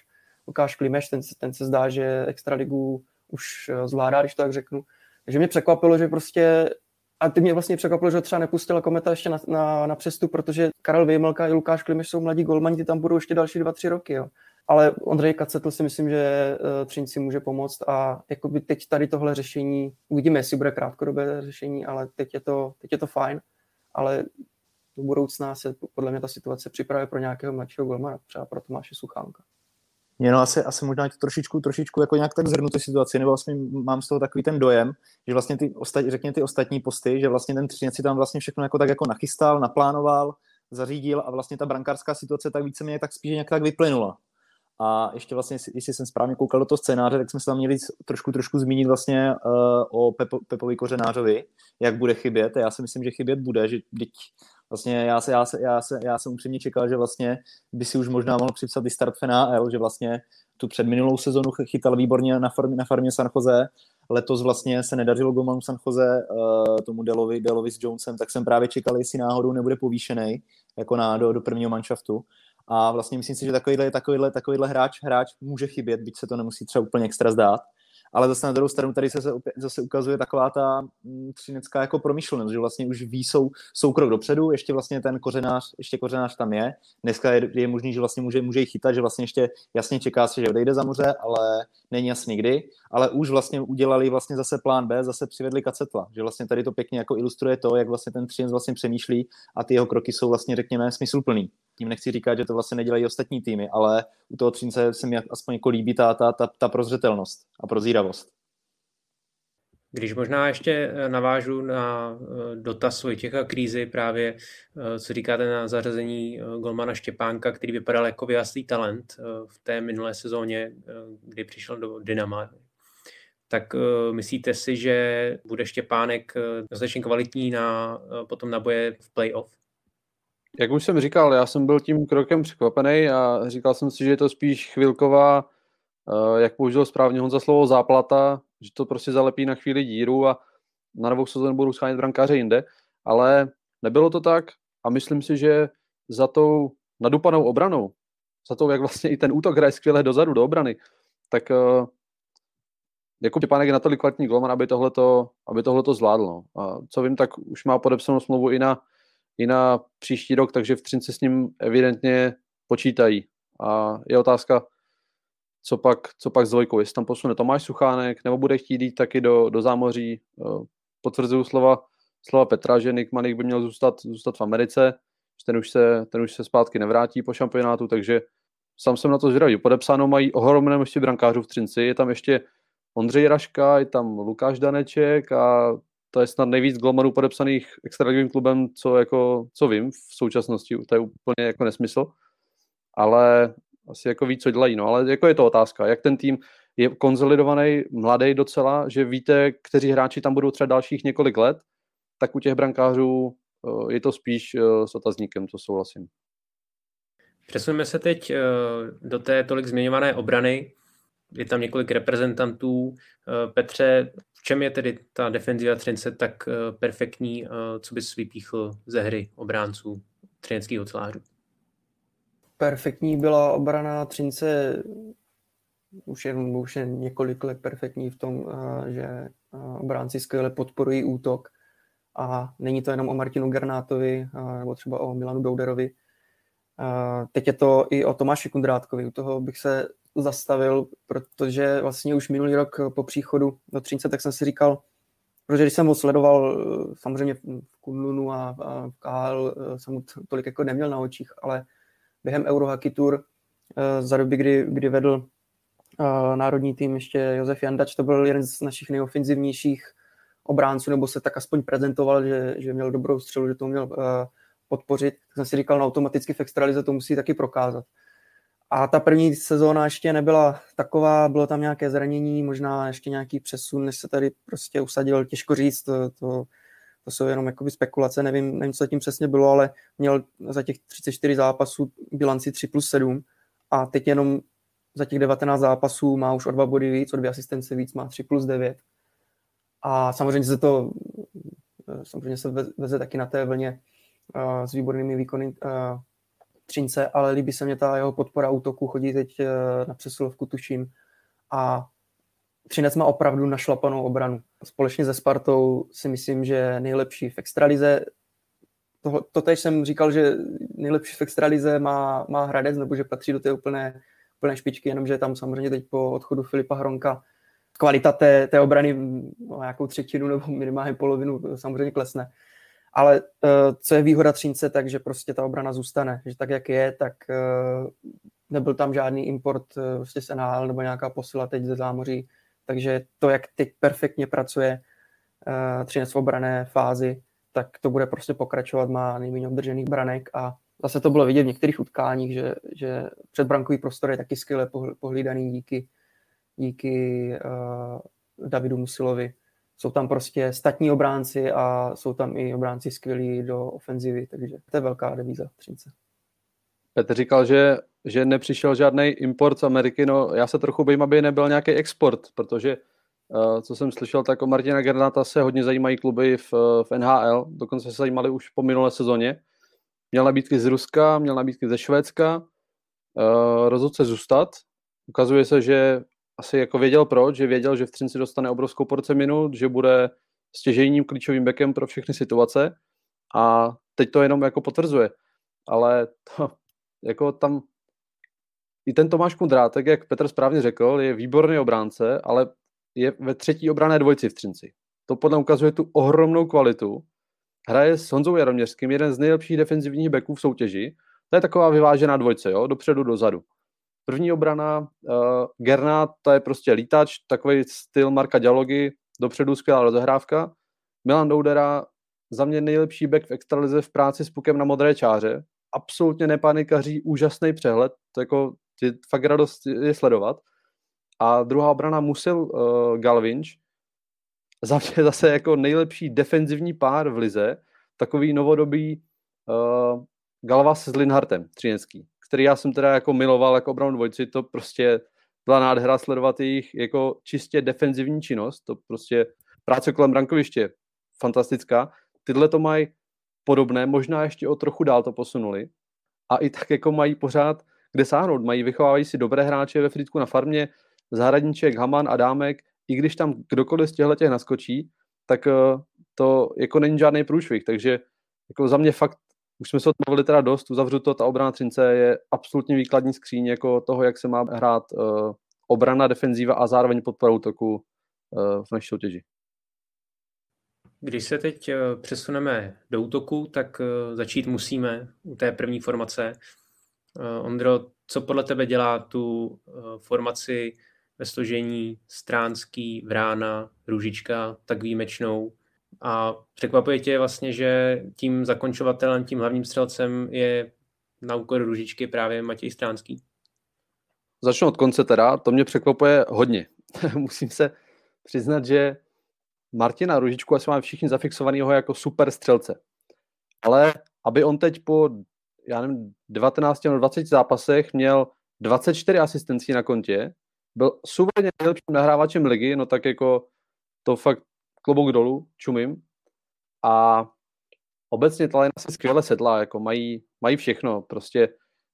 Lukáš Klimeš, ten se zdá, že extraligu už zvládá, když to tak řeknu. Takže mě překvapilo, že prostě, a ty mě vlastně překvapilo, že ho třeba nepustila Kometa ještě na přestup, protože Karel Vejmelka i Lukáš Klimeš jsou mladí golmani, ty tam budou ještě další 2-3 roky. Jo. Ale Ondřej Kacetl si myslím, že Třinci může pomoct a jakoby teď tady tohle řešení, uvidíme, jestli bude krátkodobé řešení, ale teď je to fajn, ale do budoucna se podle mě ta situace připravuje pro nějakého mladšího golmana, třeba pro Tomáše Suchánka. No asi možná to trošičku jako nějak tak zhrnu tu situaci, nebo vlastně mám z toho takový ten dojem, že vlastně ty ostatní posty, že vlastně ten Třinec si tam vlastně všechno jako tak jako nachystal, naplánoval, zařídil a vlastně ta brankářská situace tak víceméně tak spíš nějak tak vyplynula. A ještě vlastně, jestli jsem správně koukal do toho scénáře, tak jsme se tam měli trošku zmínit vlastně o Pepovi Kořenářovi, jak bude chybět. Já si myslím, že chybět bude, že vlastně já jsem upřímně čekal, že vlastně by si už možná mohl připsat i start v NHL, že vlastně tu předminulou sezonu chytal výborně na farmě San Jose, letos vlastně se nedařilo golmanu San Jose, tomu Delovi s Jonesem, tak jsem právě čekal, jestli náhodou nebude povýšenej jako do prvního manšaftu. A vlastně myslím si, že takovýhle hráč může chybět, byť se to nemusí třeba úplně extra zdát. Ale zase na druhou stranu tady se zase ukazuje taková ta třinecká jako promyšlenost, že vlastně už ví, jsou krok dopředu, ještě vlastně ten kořenář tam je. Dneska je možný, že vlastně může jí chytat, že vlastně ještě jasně čeká se, že odejde za moře, ale není jasný kdy. Ale už vlastně udělali vlastně zase plán B, zase přivedli Kacetla, že vlastně tady to pěkně jako ilustruje to, jak vlastně ten Třinec vlastně přemýšlí a ty jeho kroky jsou vlastně, řekněme, smysluplný. Tím nechci říkat, že to vlastně nedělají ostatní týmy, ale u toho Třince se mi aspoň jako líbí ta prozřetelnost a prozíravost. Když možná ještě navážu na dotaz Vojtěcha Krýzy, právě co říkáte na zařazení golmana Štěpánka, který vypadal jako vyjaslý talent v té minulé sezóně, kdy přišel do Dynama. Tak myslíte si, že bude Štěpánek dostatečně kvalitní potom na boje v playoff? Jak už jsem říkal, já jsem byl tím krokem překvapený a říkal jsem si, že je to spíš chvilková, jak použil správně Honza slovo, záplata, že to prostě zalepí na chvíli díru a na novou sezónu budou schánět brankáře jinde, ale nebylo to tak a myslím si, že za tou nadupanou obranou, za tou, jak vlastně i ten útok hraje skvěle dozadu do obrany, tak Jakub Štěpánek je natolik kvalitní golman, aby tohleto zvládl. No. A co vím, tak už má podepsanou smlouvu i na příští rok, takže v Třinci s ním evidentně počítají. A je otázka, co pak s dvojkou, jestli tam posune Tomáš Suchánek, nebo bude chtít jít taky do zámoří. Potvrzuju slova Petra, že Nick Manik by měl zůstat v Americe, ten už se zpátky nevrátí po šampionátu, takže sám jsem na to zvědavý. Podepsáno mají ohromné množství brankářů v Třinci, je tam ještě Ondřej Raška, je tam Lukáš Daneček a to je snad nejvíc golmanů podepsaných extraligovým klubem, co vím v současnosti. To je úplně jako nesmysl. Ale asi jako ví, co dělají. No, ale jako je to otázka. Jak ten tým je konsolidovaný, mladý docela, že víte, kteří hráči tam budou třeba dalších několik let, tak u těch brankářů je to spíš s otazníkem, to souhlasím. Přesuneme se teď do té tolik zmiňované obrany. Je tam několik reprezentantů. Petře, v čem je tedy ta defenziva Třince tak perfektní, co bys vypíchl ze hry obránců třineckých ocelářů? Perfektní byla obrana Třince už je několik let perfektní v tom, že obránci skvěle podporují útok a není to jenom o Martinu Gernátovi nebo třeba o Milanu Douderovi. Teď je to i o Tomáši Kundrátkovi, u toho bych se zastavil, protože vlastně už minulý rok po příchodu do Třince, tak jsem si říkal, protože když jsem ho sledoval samozřejmě v Kunlunu a v KHL jsem ho tolik jako neměl na očích, ale během Eurohockey Tour za doby, kdy vedl národní tým ještě Josef Jandač, to byl jeden z našich nejofenzivnějších obránců, nebo se tak aspoň prezentoval, že měl dobrou střelu, že to měl podpořit. Tak jsem si říkal, no automaticky v extralize to musí taky prokázat. A ta první sezóna ještě nebyla taková, bylo tam nějaké zranění, možná ještě nějaký přesun, než se tady prostě usadil, těžko říct, to jsou jenom jakoby spekulace, nevím, co tím přesně bylo, ale měl za těch 34 zápasů bilanci 3+7 a teď jenom za těch 19 zápasů má už o 2 body víc, o 2 asistence víc, má 3+9. A samozřejmě se veze taky na té vlně s výbornými výkony Třince, ale líbí se mě ta jeho podpora útoku, chodí teď na přesilovku, tuším, a Třinec má opravdu našlapanou obranu. Společně se Spartou si myslím, že nejlepší v extralize. To teď jsem říkal, že nejlepší v extralize má Hradec, nebo že patří do té úplné špičky, jenomže tam samozřejmě teď po odchodu Filipa Hronka kvalita té obrany o nějakou třetinu nebo minimálně polovinu samozřejmě klesne. Ale co je výhoda Třince, takže prostě ta obrana zůstane. Že tak, jak je, tak nebyl tam žádný import prostě z NHL nebo nějaká posila teď ze zámoří. Takže to, jak teď perfektně pracuje Třinec v obranné fázi, tak to bude prostě pokračovat, má nejméně obdržených branek a zase to bylo vidět v některých utkáních, že předbrankový prostor je taky skvěle pohlídaný díky Davidu Musilovi. Jsou tam prostě statní obránci a jsou tam i obránci skvělí do ofenzivy, takže to je velká devíza Třince. Petr říkal, že nepřišel žádný import z Ameriky, no já se trochu bojím, aby nebyl nějaký export, protože co jsem slyšel, tak o Martina Gernáta se hodně zajímají kluby v NHL, dokonce se zajímali už po minulé sezóně. Měl nabídky z Ruska, měl nabídky ze Švédska, rozhodl se zůstat. Ukazuje se, že asi jako věděl proč, že věděl, že v Třinci dostane obrovskou porci minut, že bude stěžejním klíčovým backem pro všechny situace a teď to jenom jako potvrzuje. Ale to, jako tam i ten Tomáš Kundrátek, jak Petr správně řekl, je výborný obránce, ale je ve třetí obranné dvojci v Třinci. To podle ukazuje tu ohromnou kvalitu. Hraje s Honzou Jaroměřským, jeden z nejlepších defenzivních backů v soutěži. To je taková vyvážená dvojce, jo? Dopředu, dozadu. První obrana, Gernát, to je prostě lítač, takový styl Marka Dialogy, dopředu skvělá rozehrávka. Milan Doudera, za mě nejlepší back v extralize v práci s pukem na modré čáře. Absolutně nepanikaří, úžasný přehled, to jako je fakt radost je sledovat. A druhá obrana Musil Galvinč, za mě zase jako nejlepší defenzivní pár v lize, takový novodobý Galvas s Linhartem, třinecký, který já jsem teda jako miloval jako obranu dvojci, to prostě byla nádhera sledovat jejich jako čistě defenzivní činnost, to prostě práce kolem brankoviště, fantastická. Tyhle to mají podobné, možná ještě o trochu dál to posunuli a i tak jako mají pořád kde sáhnout, vychovávají si dobré hráče ve Frýdku na farmě, Zahradníček, Haman, Adámek, i když tam kdokoliv z těchto naskočí, tak to jako není žádný průšvih, takže jako za mě fakt, už jsme se odmluvili teda dost, uzavřu to, ta obrana Třince je absolutně výkladní skříň jako toho, jak se má hrát obrana, defenzíva a zároveň podpora útoku v naší soutěži. Když se teď přesuneme do útoku, tak začít musíme u té první formace. Ondro, co podle tebe dělá tu formaci ve složení Stránský, Vrána, Růžička tak výjimečnou? A překvapuje tě vlastně, že tím zakončovatelem, tím hlavním střelcem je na úkor Růžičky právě Matěj Stránský? Začnu od konce teda, to mě překvapuje hodně. Musím se přiznat, že Martina Růžičku asi máme všichni zafixovanýho jako super střelce. Ale aby on teď po 19 nebo 20 zápasech měl 24 asistencí na kontě, byl suverénně nejlepším nahrávačem ligy, no tak jako to fakt klobouk dolů, čumím. A obecně ta lajna se skvěle sedla, jako mají všechno, prostě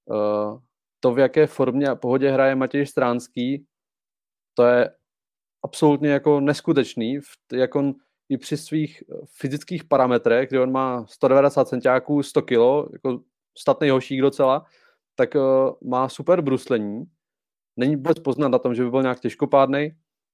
to, v jaké formě a pohodě hraje Matěj Stránský, to je absolutně jako neskutečný, jak on i při svých fyzických parametrech, kdy on má 190 centiáků, 100 kg, jako statný hošík docela, tak má super bruslení. Není vůbec poznat na tom, že by byl nějak těžkopádnej,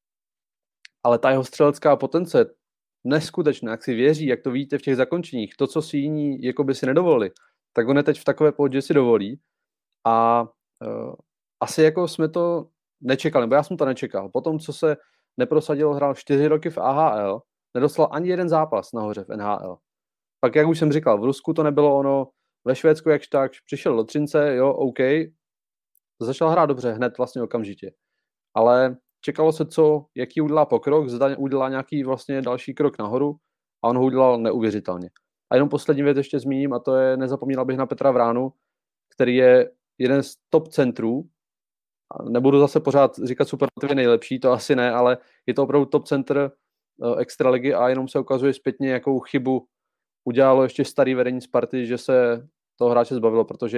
ale ta jeho střelecká potence neskutečná, jak si věří, jak to vidíte v těch zakončeních, to, co si jiní jako by si nedovolili, tak on je teď v takové pohodě si dovolí a asi jako jsme to nečekali, nebo já jsem to nečekal. Potom, co se neprosadil, hrál 4 roky v AHL, nedostal ani jeden zápas nahoře v NHL. Pak, jak už jsem říkal, v Rusku to nebylo ono, ve Švédsku jakž tak, přišel do Třince, jo, OK, začal hrát dobře hned vlastně okamžitě. Ale čekalo se, jaký udělá pokrok, zda udělá nějaký vlastně další krok nahoru a on ho udělal neuvěřitelně. A jenom poslední věc ještě zmíním a to je, nezapomínal bych na Petra Vránu, který je jeden z top centrů. Nebudu zase pořád říkat superlativně nejlepší, to asi ne, ale je to opravdu top center extraligy a jenom se ukazuje zpětně, jakou chybu udělalo ještě starý vedení Sparty, že se toho hráče zbavilo, protože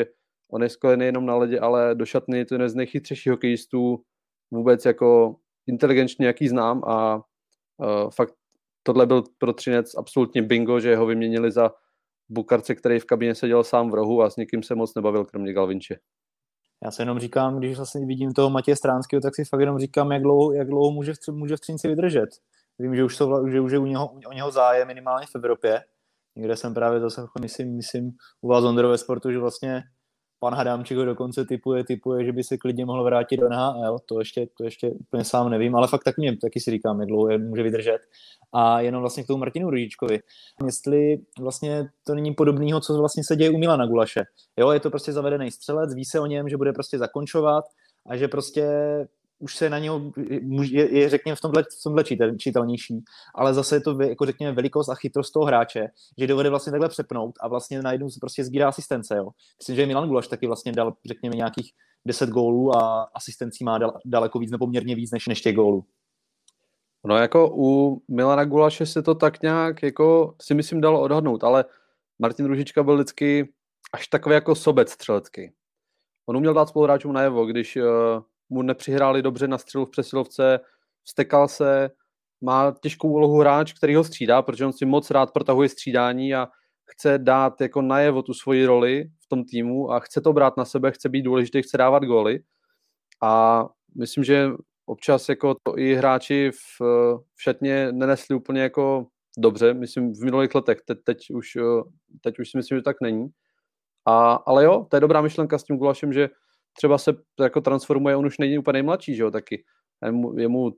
On je skvělý nejenom na ledě, ale do šatny je to jeden z nejchytřejších hokejistů vůbec jako inteligenčně, jaký znám a fakt tohle byl pro Třinec absolutně bingo, že ho vyměnili za Bukarce, který v kabině seděl sám v rohu a s nikým se moc nebavil, kromě Galvinče. Já se jenom říkám, když vlastně vidím toho Matěje Stránského, tak si fakt jenom říkám, jak dlouho může v Třinci vydržet. Vím, že už je u něho zájem minimálně v Evropě. Někde jsem právě zase, myslím u vás Ondro ve sportu, že vlastně pan Hadámčík ho dokonce typuje, že by se klidně mohl vrátit do NHL. To ještě úplně sám nevím, ale fakt taky si říkám, jak dlouho může vydržet. A jenom vlastně k tomu Martinu Růžičkovi. Jestli vlastně to není podobného, co vlastně se děje u Milana Gulaše. Jo, je to prostě zavedený střelec, ví se o něm, že bude prostě zakončovat a že prostě už se na něho je řekněme v tomhle čitelnější, ale zase je to jako řekněme velikost a chytrost toho hráče, že dovede vlastně takhle přepnout a vlastně najednou se prostě sbírá asistence, jo. Myslím, že Milan Gulaš taky vlastně dal řekněme nějakých 10 gólů a asistencí má daleko víc, nepoměrně víc než těch gólů. No jako u Milana Gulaše se to tak nějak jako si myslím dalo odhadnout, ale Martin Růžička byl vždycky až takový jako sobec střelecký. On uměl dát spoluhráčům najevo, když mu nepřihráli dobře na střelu v přesilovce, vztekal se, má těžkou úlohu hráč, který ho střídá, protože on si moc rád protahuje střídání a chce dát jako najevo tu svoji roli v tom týmu a chce to brát na sebe, chce být důležitý, chce dávat góly. A myslím, že občas jako to i hráči v šatně nenesli úplně jako dobře, myslím v minulých letech, teď už si myslím, že tak není. Ale jo, to je dobrá myšlenka s tím Gulašem, že třeba se jako transformuje, on už není úplně nejmladší, že jo, taky. Je mu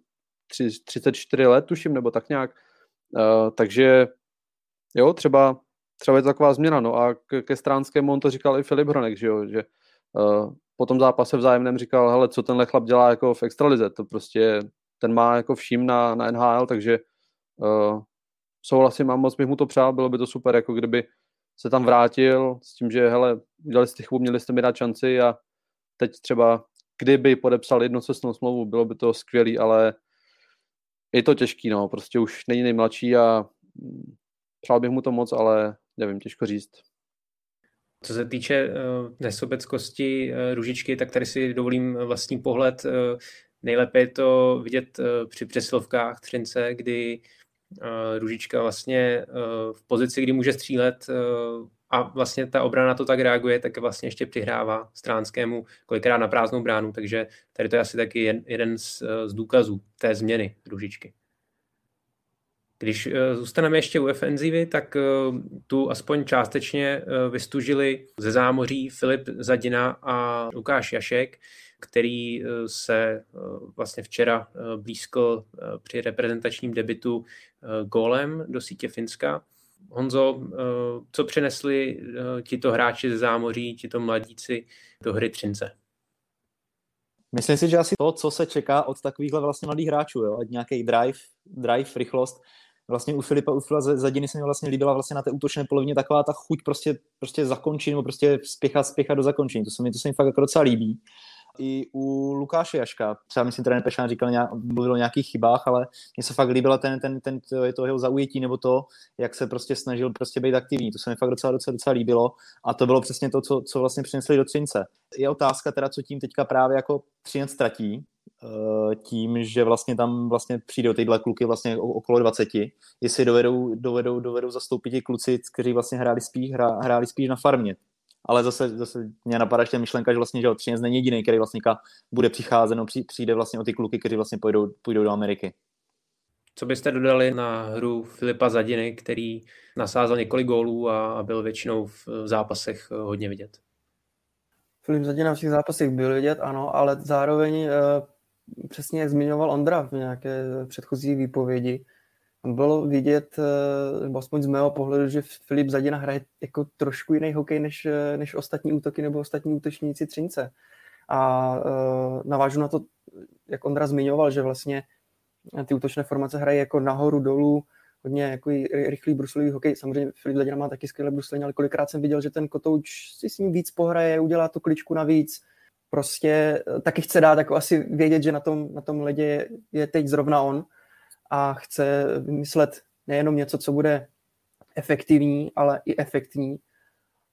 34 let, tuším, nebo tak nějak. Takže jo, třeba je to taková změna, no a ke Stránskému on to říkal i Filip Hronek, že jo, že po tom zápase vzájemném říkal, hele, co tenhle chlap dělá jako v extralize, to prostě ten má jako vším na NHL, takže souhlasím a moc bych mu to přál, bylo by to super, jako kdyby se tam vrátil s tím, že hele, udělali jste chybu, měli jste mi dát šanci a teď třeba, kdyby podepsal jednocestnou smlouvu, bylo by to skvělý, ale je to těžký, no, prostě už není nejmladší a přál bych mu to moc, ale nevím, těžko říct. Co se týče nesobeckosti Růžičky, tak tady si dovolím vlastní pohled. Nejlépe je to vidět při přesilovkách Třince, kdy Růžička vlastně v pozici, kdy může střílet a vlastně ta obrana to tak reaguje, tak vlastně ještě přihrává Stránskému kolikrát na prázdnou bránu, takže tady to je asi taky jeden z důkazů té změny Růžičky. Když zůstaneme ještě u ofenzivy, tak tu aspoň částečně vystužili ze zámoří Filip Zadina a Lukáš Jašek, který se vlastně včera blízkl při reprezentačním debutu gólem do sítě Finska. Honzo, co přinesli tito hráči ze zámoří, tito mladíci do hry Třince? Myslím si, že asi to, co se čeká od takovýchhle vlastně mladých hráčů, jo? Ať nějaký drive, rychlost. Vlastně u Filipa Zadiny se mi vlastně líbila vlastně na té útočné polovině taková ta chuť prostě zakončit nebo prostě spěchat do zakončení. To se mi fakt jako docela líbí. I u Lukáše Jaška, třeba myslím, trenér Pešán mluvil o nějakých chybách, ale mně se fakt líbila to jeho zaujetí nebo to, jak se prostě snažil prostě být aktivní. To se mi fakt docela líbilo a to bylo přesně to, co vlastně přinesli do Třince. Je otázka teda, co tím teďka právě jako Třinec ztratí, tím, že vlastně tam vlastně přijdou tyhle kluky vlastně okolo 20, jestli dovedou zastoupit ti kluci, kteří vlastně hráli spíš na farmě. Ale zase mě napadá ještě myšlenka, že vlastně, že Třinec není jediný, který vlastně bude přicházet, no přijde vlastně o ty kluky, kteří vlastně půjdou do Ameriky. Co byste dodali na hru Filipa Zadiny, který nasázel několik gólů a byl většinou v zápasech hodně vidět? Filip Zadina v těch zápasech byl vidět, ano, ale zároveň přesně jak zmiňoval Ondra v nějaké předchozí výpovědi, bylo vidět, nebo aspoň z mého pohledu, že Filip Zadina hraje jako trošku jiný hokej než ostatní útoky nebo ostatní útočníci Třince. A navážu na to, jak Ondra zmiňoval, že vlastně ty útočné formace hrají jako nahoru, dolů, hodně jako rychlý bruslový hokej. Samozřejmě Filip Zadina má taky skvělé bruslení, ale kolikrát jsem viděl, že ten kotouč si s ním víc pohraje, udělá tu kličku navíc. Prostě taky chce dát jako asi vědět, že na tom ledě je teď zrovna on a chce vymyslet nejenom něco, co bude efektivní, ale i efektní.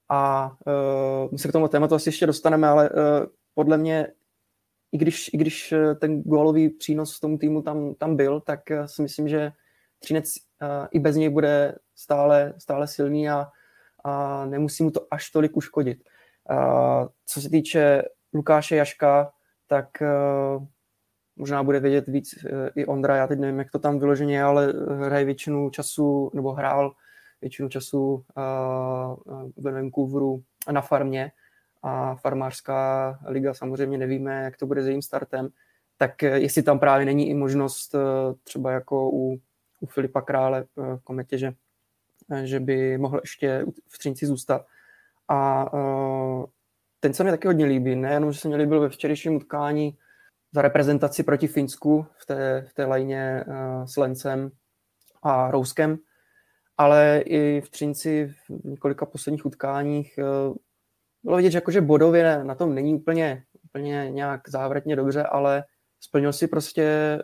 A my se k tomu tématu asi ještě dostaneme, ale podle mě, i když ten gólový přínos v tomu týmu tam byl, tak si myslím, že Třinec i bez něj bude stále silný a nemusí mu to až tolik uškodit. Co se týče Lukáše Jaška, tak možná bude vědět víc i Ondra, já teď nevím, jak to tam vyloženě je, ale hraje většinu času, nebo hrál většinu času ve Vancouveru na farmě a farmářská liga samozřejmě nevíme, jak to bude s jejím startem, tak jestli tam právě není i možnost třeba jako u Filipa Krále v Kometě, že by mohl ještě v Třinci zůstat. A ten se mi taky hodně líbí, nejenom, že se mi líbil ve včerejším utkání za reprezentaci proti Finsku v té lajně s Lencem a Rouskem, ale i v Třinci v několika posledních utkáních bylo vidět, že jakože bodově na tom není úplně nějak závratně dobře, ale splnil si prostě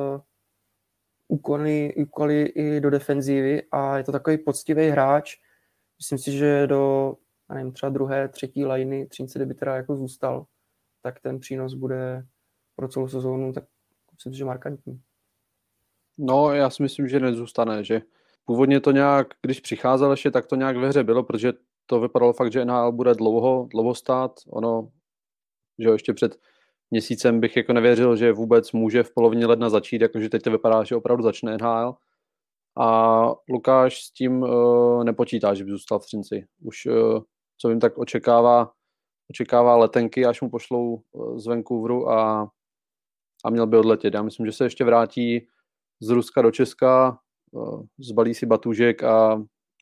úkoly i do defenzívy a je to takový poctivý hráč. Myslím si, že do třeba druhé, třetí lajny Třince, kdyby teda jako zůstal, tak ten přínos bude pro celou sezónu, tak myslím si, že markantní. No, já si myslím, že nezůstane, že původně to nějak, když přicházel ještě, tak to nějak ve hře bylo, protože to vypadalo fakt, že NHL bude dlouho stát. Ono, že ještě před měsícem bych jako nevěřil, že vůbec může v polovině ledna začít, jakože teď to vypadá, že opravdu začne NHL. A Lukáš s tím nepočítá, že by zůstal v Třinci. Už, co vím, tak očekává letenky, až mu pošlou z Vancouveru a měl by odletět. Já myslím, že se ještě vrátí z Ruska do Česka, zbalí si batůžek a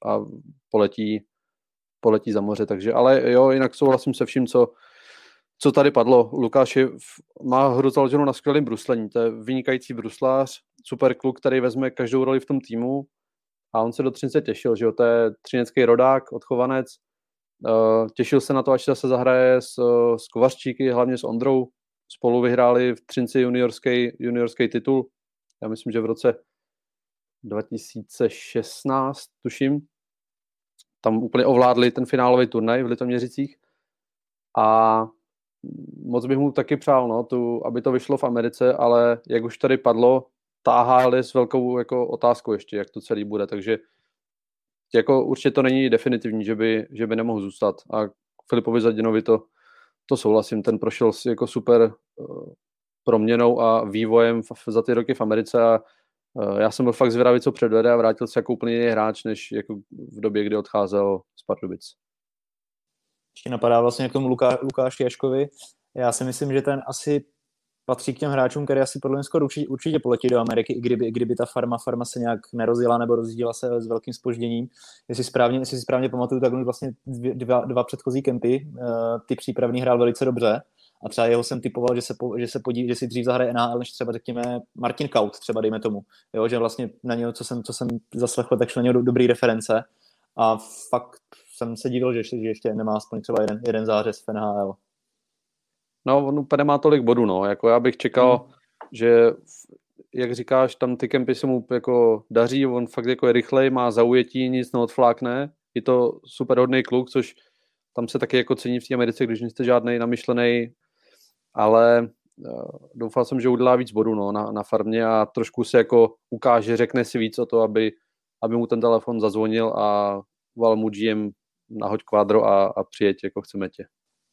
poletí za moře. Takže, ale jo, jinak souhlasím se vším, co tady padlo. Lukáš má hru založenou na skvělém bruslení. To je vynikající bruslář, super kluk, který vezme každou roli v tom týmu a on se do Třince těšil, že jo, to je třinecký rodák, odchovanec. Těšil se na to, až zase zahraje s Kovařčíky, hlavně s Ondrou. Spolu vyhráli v Třinci juniorský titul. Já myslím, že v roce 2016, tuším. Tam úplně ovládli ten finálový turnaj v Litoměřicích. A moc bych mu taky přál, no, aby to vyšlo v Americe, ale jak už tady padlo, ta AHL je s velkou jako otázkou ještě, jak to celý bude, takže jako určitě to není definitivní, že by nemohl zůstat. A Filipovi Zadinovi to souhlasím, ten prošel jako super proměnou a vývojem za ty roky v Americe a já jsem byl fakt zvědavý, co předvede a vrátil se jako úplně jiný hráč, než jako v době, kdy odcházel z Pardubic. Ještě napadá vlastně k tomu Lukáši Jaškovi. Já si myslím, že ten asi patří k těm hráčům, který asi podle mě skoro určitě poletí do Ameriky, i kdyby ta farma se nějak nerozjela nebo rozjížděla se s velkým zpožděním. Jestli si správně pamatuju, tak on vlastně dva předchozí kempy, ty přípravný hrál velice dobře a třeba jeho jsem typoval, že si dřív zahraje NHL, než třeba řekněme Martin Kaut, třeba dejme tomu. Jo, že vlastně na něho, co jsem zaslechl, tak šlo na něho dobrý reference a fakt jsem se divil, že ještě nemá aspoň třeba jeden zářez v NHL. No, on úplně nemá tolik bodů, no. Jako já bych čekal, že, jak říkáš, tam ty kempy se mu jako daří, on fakt jako je rychlej, má zaujetí, nic neodflákne. Je to super hodný kluk, což tam se taky jako cení v té Americe, když nejste žádnej namyšlený, ale doufal jsem, že udělá víc bodů, no, na farmě a trošku se jako ukáže, řekne si víc o to, aby mu ten telefon zazvonil a volal mu GM nahoď kvádro a přijeď, jako chceme tě.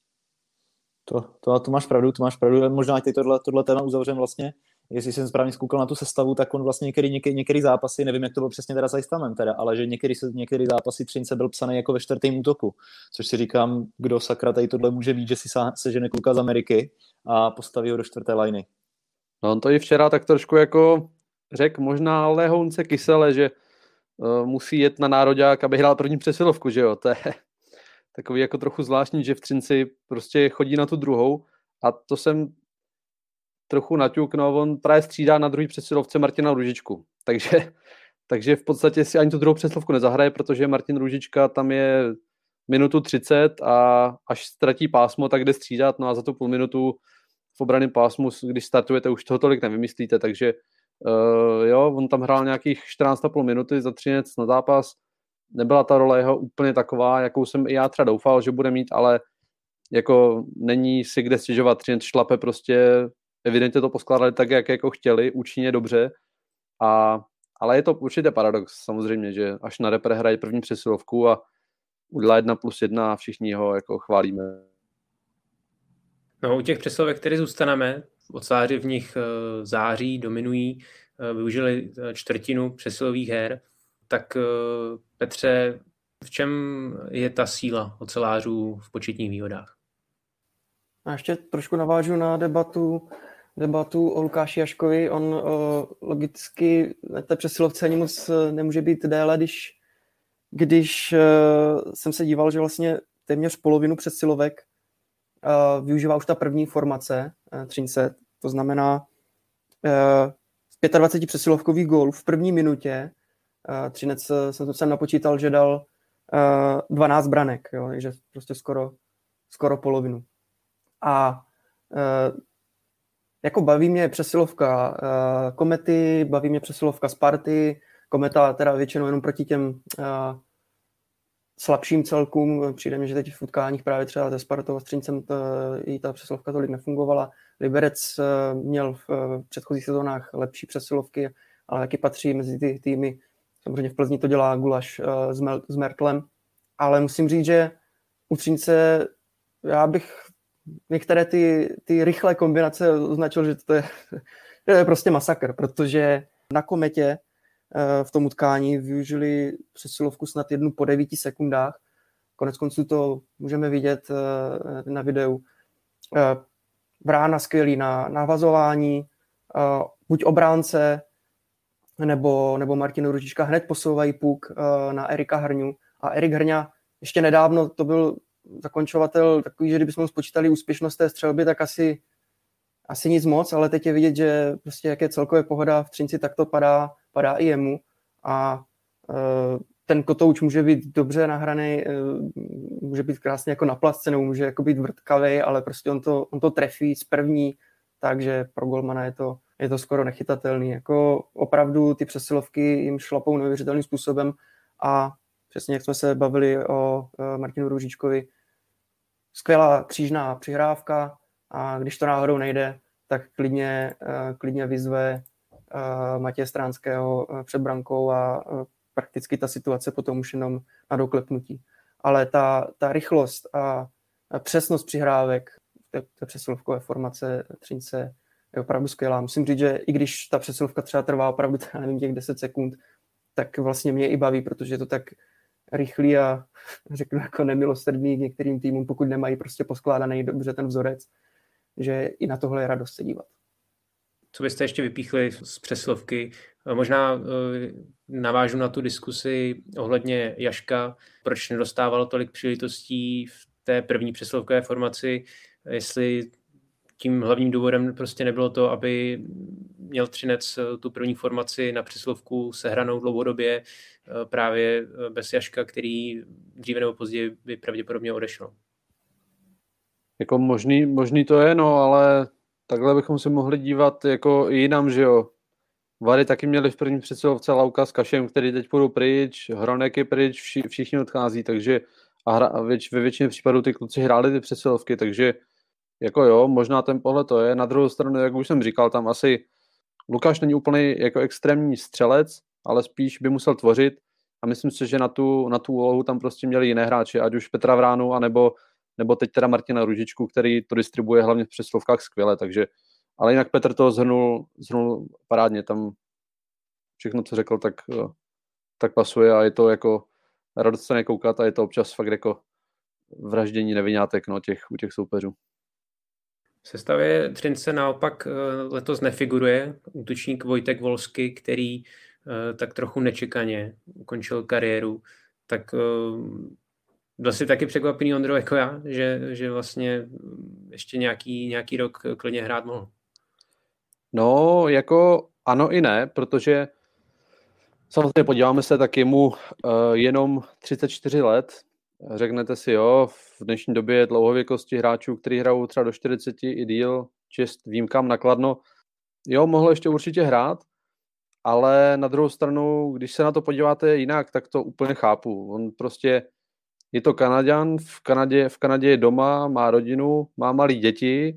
To máš pravdu. Možná teď tohle téma uzavřem vlastně. Jestli jsem správně zkoukal na tu sestavu, tak on vlastně některý zápasy, nevím, jak to bylo přesně teda s Eistamem teda, ale že některý zápasy Třince byl psaný jako ve čtvrtém útoku. Což si říkám, kdo sakra tady tohle může být, že si sežene kluka z Ameriky a postaví ho do čtvrté lajny. No on to i včera tak trošku jako řekl možná Lehonce Kysele, že musí jet na nároďák, aby hrál první přesilovku, že jo, to je takový jako trochu zvláštní, že v Třinci prostě chodí na tu druhou a to jsem trochu naťuk, no on právě střídá na druhý přesilovce Martina Růžičku, takže v podstatě si ani tu druhou přesilovku nezahraje, protože Martin Růžička tam je minutu 30 a až ztratí pásmo, tak jde střídat, no a za tu půl minutu v obranném pásmu, když startujete, už toho tolik nevymyslíte, takže jo, on tam hrál nějakých 14,5 minuty za Třinec na zápas, nebyla ta role jeho úplně taková, jakou jsem i já třeba doufal, že bude mít, ale jako není si kde stěžovat, Třinec šlape prostě, evidentně to poskládali tak, jak jako chtěli, účinně dobře, ale je to určitě paradox samozřejmě, že až na repre hraje první přesilovku a udělá 1+1 a všichni ho jako chválíme. No, u těch přesilovek, které zůstaneme, oceláři v nich září, dominují, využili čtvrtinu přesilových her, tak Petře, v čem je ta síla ocelářů v početních výhodách? A ještě trošku navážu na debatu o Lukáši Jaškovi. On logicky na té přesilovce ani moc nemůže být déle, když jsem se díval, že vlastně téměř polovinu přesilovek využívá už ta první formace Třince, to znamená 25 přesilovkových gólů v první minutě. Třinec jsem napočítal, že dal 12 branek, jo, takže prostě skoro polovinu. A jako baví mě přesilovka Komety, baví mě přesilovka Sparty, Kometa teda většinou jenom proti těm slabším celkům. Přijde mi, že teď v utkáních právě třeba se Spartou a s Třincem i ta přesilovka tolik nefungovala. Liberec měl v předchozích sezónách lepší přesilovky, ale taky patří mezi ty týmy. Samozřejmě v Plzni to dělá Gulaš s Mertlem, ale musím říct, že u Třince já bych některé ty rychlé kombinace označil, že to je prostě masakr, protože na Kometě v tom utkání využili přesilovku snad 1 po 9 sekundách. Konec konců to můžeme vidět na videu. Brána skvělý na navazování, buď obránce, nebo Martin Ružička hned posouvají puk na Erika Hrňu. A Erik Hrňa ještě nedávno to byl zakončovatel takový, že kdybychom spočítali úspěšnost té střelby, tak asi nic moc, ale teď je vidět, že prostě jak je celkově pohoda v Třinci, tak to padá i jemu. A ten kotouč může být dobře nahraný, může být krásně jako na plasce, nebo může jako být vrtkavej, ale prostě on to trefí z první, takže pro golmana je to skoro nechytatelný. Jako opravdu ty přesilovky jim šlapou neuvěřitelným způsobem a přesně jak jsme se bavili o Martinu Růžičkovi, skvělá křížná přihrávka a když to náhodou nejde, tak klidně vyzve Matěje Stránského před brankou a prakticky ta situace potom už jenom na doklepnutí. Ale ta rychlost a přesnost přihrávek té přesilovkové formace Třince je opravdu skvělá. Musím říct, že i když ta přesilovka třeba trvá opravdu těch 10 sekund, tak vlastně mě i baví, protože je to tak rychlý a řeknu jako nemilosrdný k některým týmům, pokud nemají prostě poskládaný dobře ten vzorec, že i na tohle je radost se dívat. Co byste ještě vypíchli z přesilovky? Možná navážu na tu diskusi ohledně Jaška, proč nedostával tolik příležitostí v té první přesilovkové formaci, jestli tím hlavním důvodem prostě nebylo to, aby měl Třinec tu první formaci na přesilovku sehranou dlouhodobě právě bez Jaška, který dříve nebo později by pravděpodobně odešel. Jako možný to je, no, ale takhle bychom se mohli dívat jako i jinam, že jo. Vary taky měli v první přesilovce Lauka s Kašem, který teď půjdou pryč, Hronek je pryč, všichni odchází, takže a ve většině případů ty kluci hráli ty přesilovky, takže jako jo, možná ten pohled to je. Na druhou stranu, jak už jsem říkal, tam asi Lukáš není úplně jako extrémní střelec, ale spíš by musel tvořit a myslím si, že na tu úlohu tam prostě měli jiné hráči, ať už Petra Vránu, nebo teď teda Martina Ružičku, který to distribuje hlavně v přesilovkách skvěle, takže ale jinak Petr to zhrnul parádně, tam všechno, co řekl, tak pasuje a je to jako radost se nekoukat a je to občas fakt jako vraždění nevinátek u těch soupeřů. V sestavě Třince naopak letos nefiguruje útočník Vojtek Volsky, který tak trochu nečekaně ukončil kariéru. Tak byl jsi taky překvapený, Ondro, jako já, že vlastně ještě nějaký rok klidně hrát mohl? No, jako ano i ne, protože samozřejmě podíváme se, tak je mu jenom 34 let. Řeknete si, jo, v dnešní době je dlouhověkosti hráčů, kteří hrajou třeba do 40 i díl, čest výjimkám nakladno. Jo, mohl ještě určitě hrát, ale na druhou stranu, když se na to podíváte jinak, tak to úplně chápu. On prostě je to Kanaďan, v Kanadě je doma, má rodinu, má malé děti,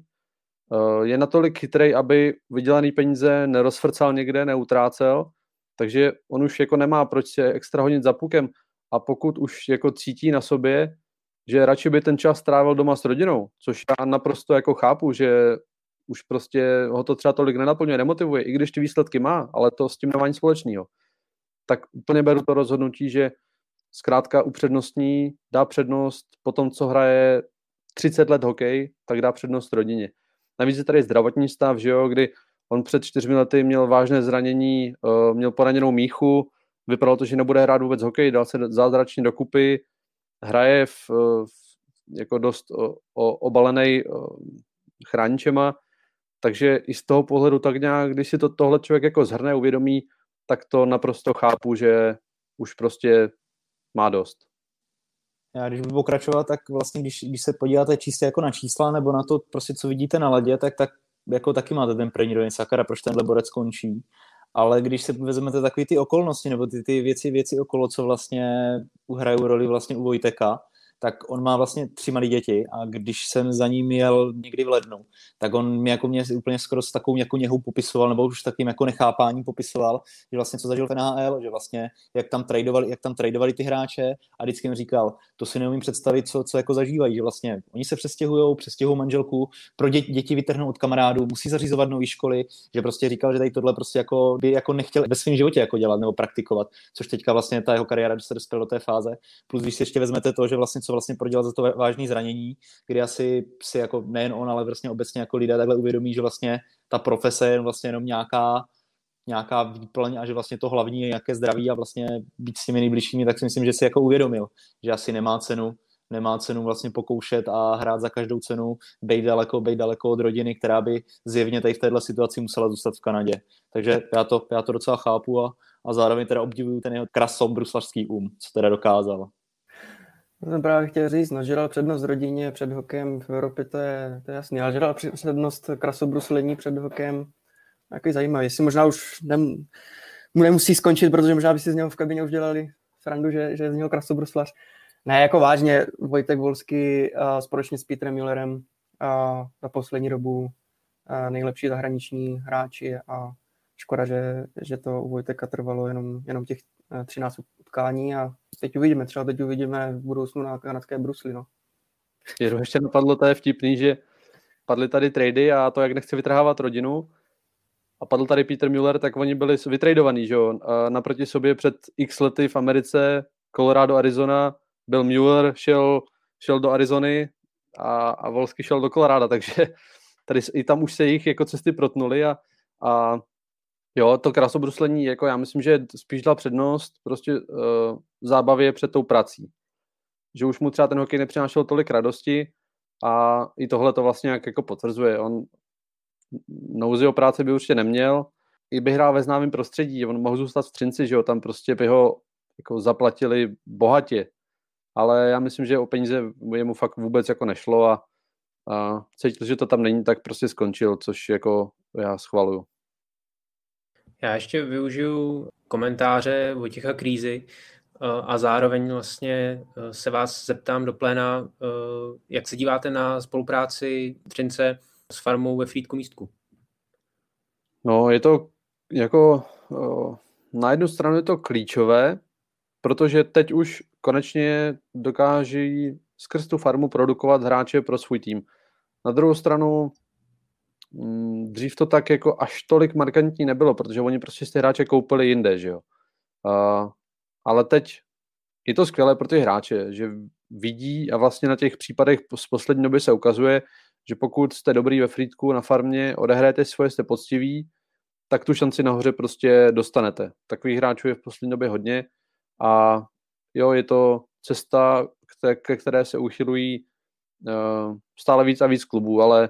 je natolik chytrej, aby vydělaný peníze nerozfrcal někde, neutrácel, takže on už jako nemá proč se extra honit za pukem a pokud už jako cítí na sobě, že radši by ten čas strávil doma s rodinou, což já naprosto jako chápu, že už prostě ho to třeba tolik nenaplňuje, nemotivuje, i když ty výsledky má, ale to s tím nemá nic společného. Tak úplně beru to rozhodnutí, že zkrátka upřednostní, dá přednost po tom, co hraje 30 let hokej, tak dá přednost rodině. Navíc je tady zdravotní stav, že jo, kdy on před 4 lety měl vážné zranění, měl poraněnou míchu, vypadalo to, že nebude hrát vůbec hokej, dal se zázračně dokupy, hraje jako dost obalený chráničema, takže i z toho pohledu tak nějak, když si tohle člověk jako zhrne, uvědomí, tak to naprosto chápu, že už prostě má dost. Já když budu pokračovat, tak vlastně, když se podíváte čistě jako na čísla nebo na to, prostě, co vidíte na ledě, tak jako taky máte ten první roveň sakra, proč tenhle borec končí. Ale když se vezmete takové ty okolnosti nebo ty věci okolo, co vlastně hrajou roli vlastně u Vojteka, tak on má vlastně 3 malé děti a když jsem za ním jel někdy v lednu, tak on mě úplně skoro s takovou jako něhou popisoval, nebo už takým jako nechápáním popisoval, že vlastně co zažil v NHL, že vlastně jak tam tradovali ty hráče a vždycky mi říkal, to si neumím představit, co jako zažívají, že vlastně oni se přestěhují manželku, pro děti vytrhnou od kamarádů, musí zařizovat nové školy, že prostě říkal, že tady tohle prostě jako by jako nechtěl ve svém životě jako dělat nebo praktikovat, což teďka vlastně ta jeho kariéra se dostala do té fáze. Plus když si ještě vezmete to, že vlastně co vlastně prodělal za to vážné zranění, kdy asi si jako nejen on, ale vlastně obecně jako lidé takhle uvědomí, že vlastně ta profese je vlastně jenom nějaká výplň a že vlastně to hlavní je nějaké zdraví a vlastně být s těmi nejbližšími, tak si myslím, že si jako uvědomil, že asi nemá cenu vlastně pokoušet a hrát za každou cenu, být daleko od rodiny, která by zjevně tady v této situaci musela zůstat v Kanadě. Takže já to docela chápu a zároveň teda obdivuju ten jeho bruslařský co teda dokázal. To jsem právě chtěl říct, že dal přednost rodině před hokejem v Evropě, to je jasný, ale že dal přednost krasobruslení před hokejem, takový zajímavý, jestli možná už mu nemusí skončit, protože možná by si z něho v kabině už dělali srandu, že je z něho krasobruslař. Ne, jako vážně, Vojtek Volský společně s Petrem Müllerem za poslední dobu nejlepší zahraniční hráči a škoda, že to u Vojteka trvalo jenom těch 13 utkání a teď uvidíme v budoucnu na kanadské brusli. No. Ještě napadlo, to je vtipný, že padly tady trady a to, jak nechce vytrhávat rodinu a padl tady Peter Müller, tak oni byli vytradovaní, že jo. Naproti sobě před x lety v Americe, Colorado, Arizona, byl Müller, šel do Arizony a Volsky šel do Colorado, takže tady i tam už se jich jako cesty protnuly a jo, to krasobruslení, jako já myslím, že spíš dal přednost prostě zábavě před tou prací. Že už mu třeba ten hokej nepřinášel tolik radosti a i tohle to vlastně jak jako potvrzuje. On nouzi o práci by určitě neměl, i by hrál ve známém prostředí, on mohl zůstat v Třinci, že jo, tam prostě by ho jako zaplatili bohatě. Ale já myslím, že o peníze jemu fakt vůbec jako nešlo a cítil, že to tam není, tak prostě skončil, což jako já schvaluju. Já ještě využiju komentáře Vojtěcha Krýzy a zároveň vlastně se vás zeptám do pléna, jak se díváte na spolupráci Třince s farmou ve Frýdku Místku? No, je to jako na jednu stranu je to klíčové, protože teď už konečně dokáží skrz tu farmu produkovat hráče pro svůj tým. Na druhou stranu dřív to tak jako až tolik markantní nebylo, protože oni prostě ty hráče koupili jinde, že jo. Ale teď je to skvělé pro ty hráče, že vidí a vlastně na těch případech z poslední doby se ukazuje, že pokud jste dobrý ve Frýdku na farmě, odehrajete svoje, jste poctiví, tak tu šanci nahoře prostě dostanete. Takových hráčů je v poslední době hodně a jo, je to cesta, ke které se uchylují stále víc a víc klubů, ale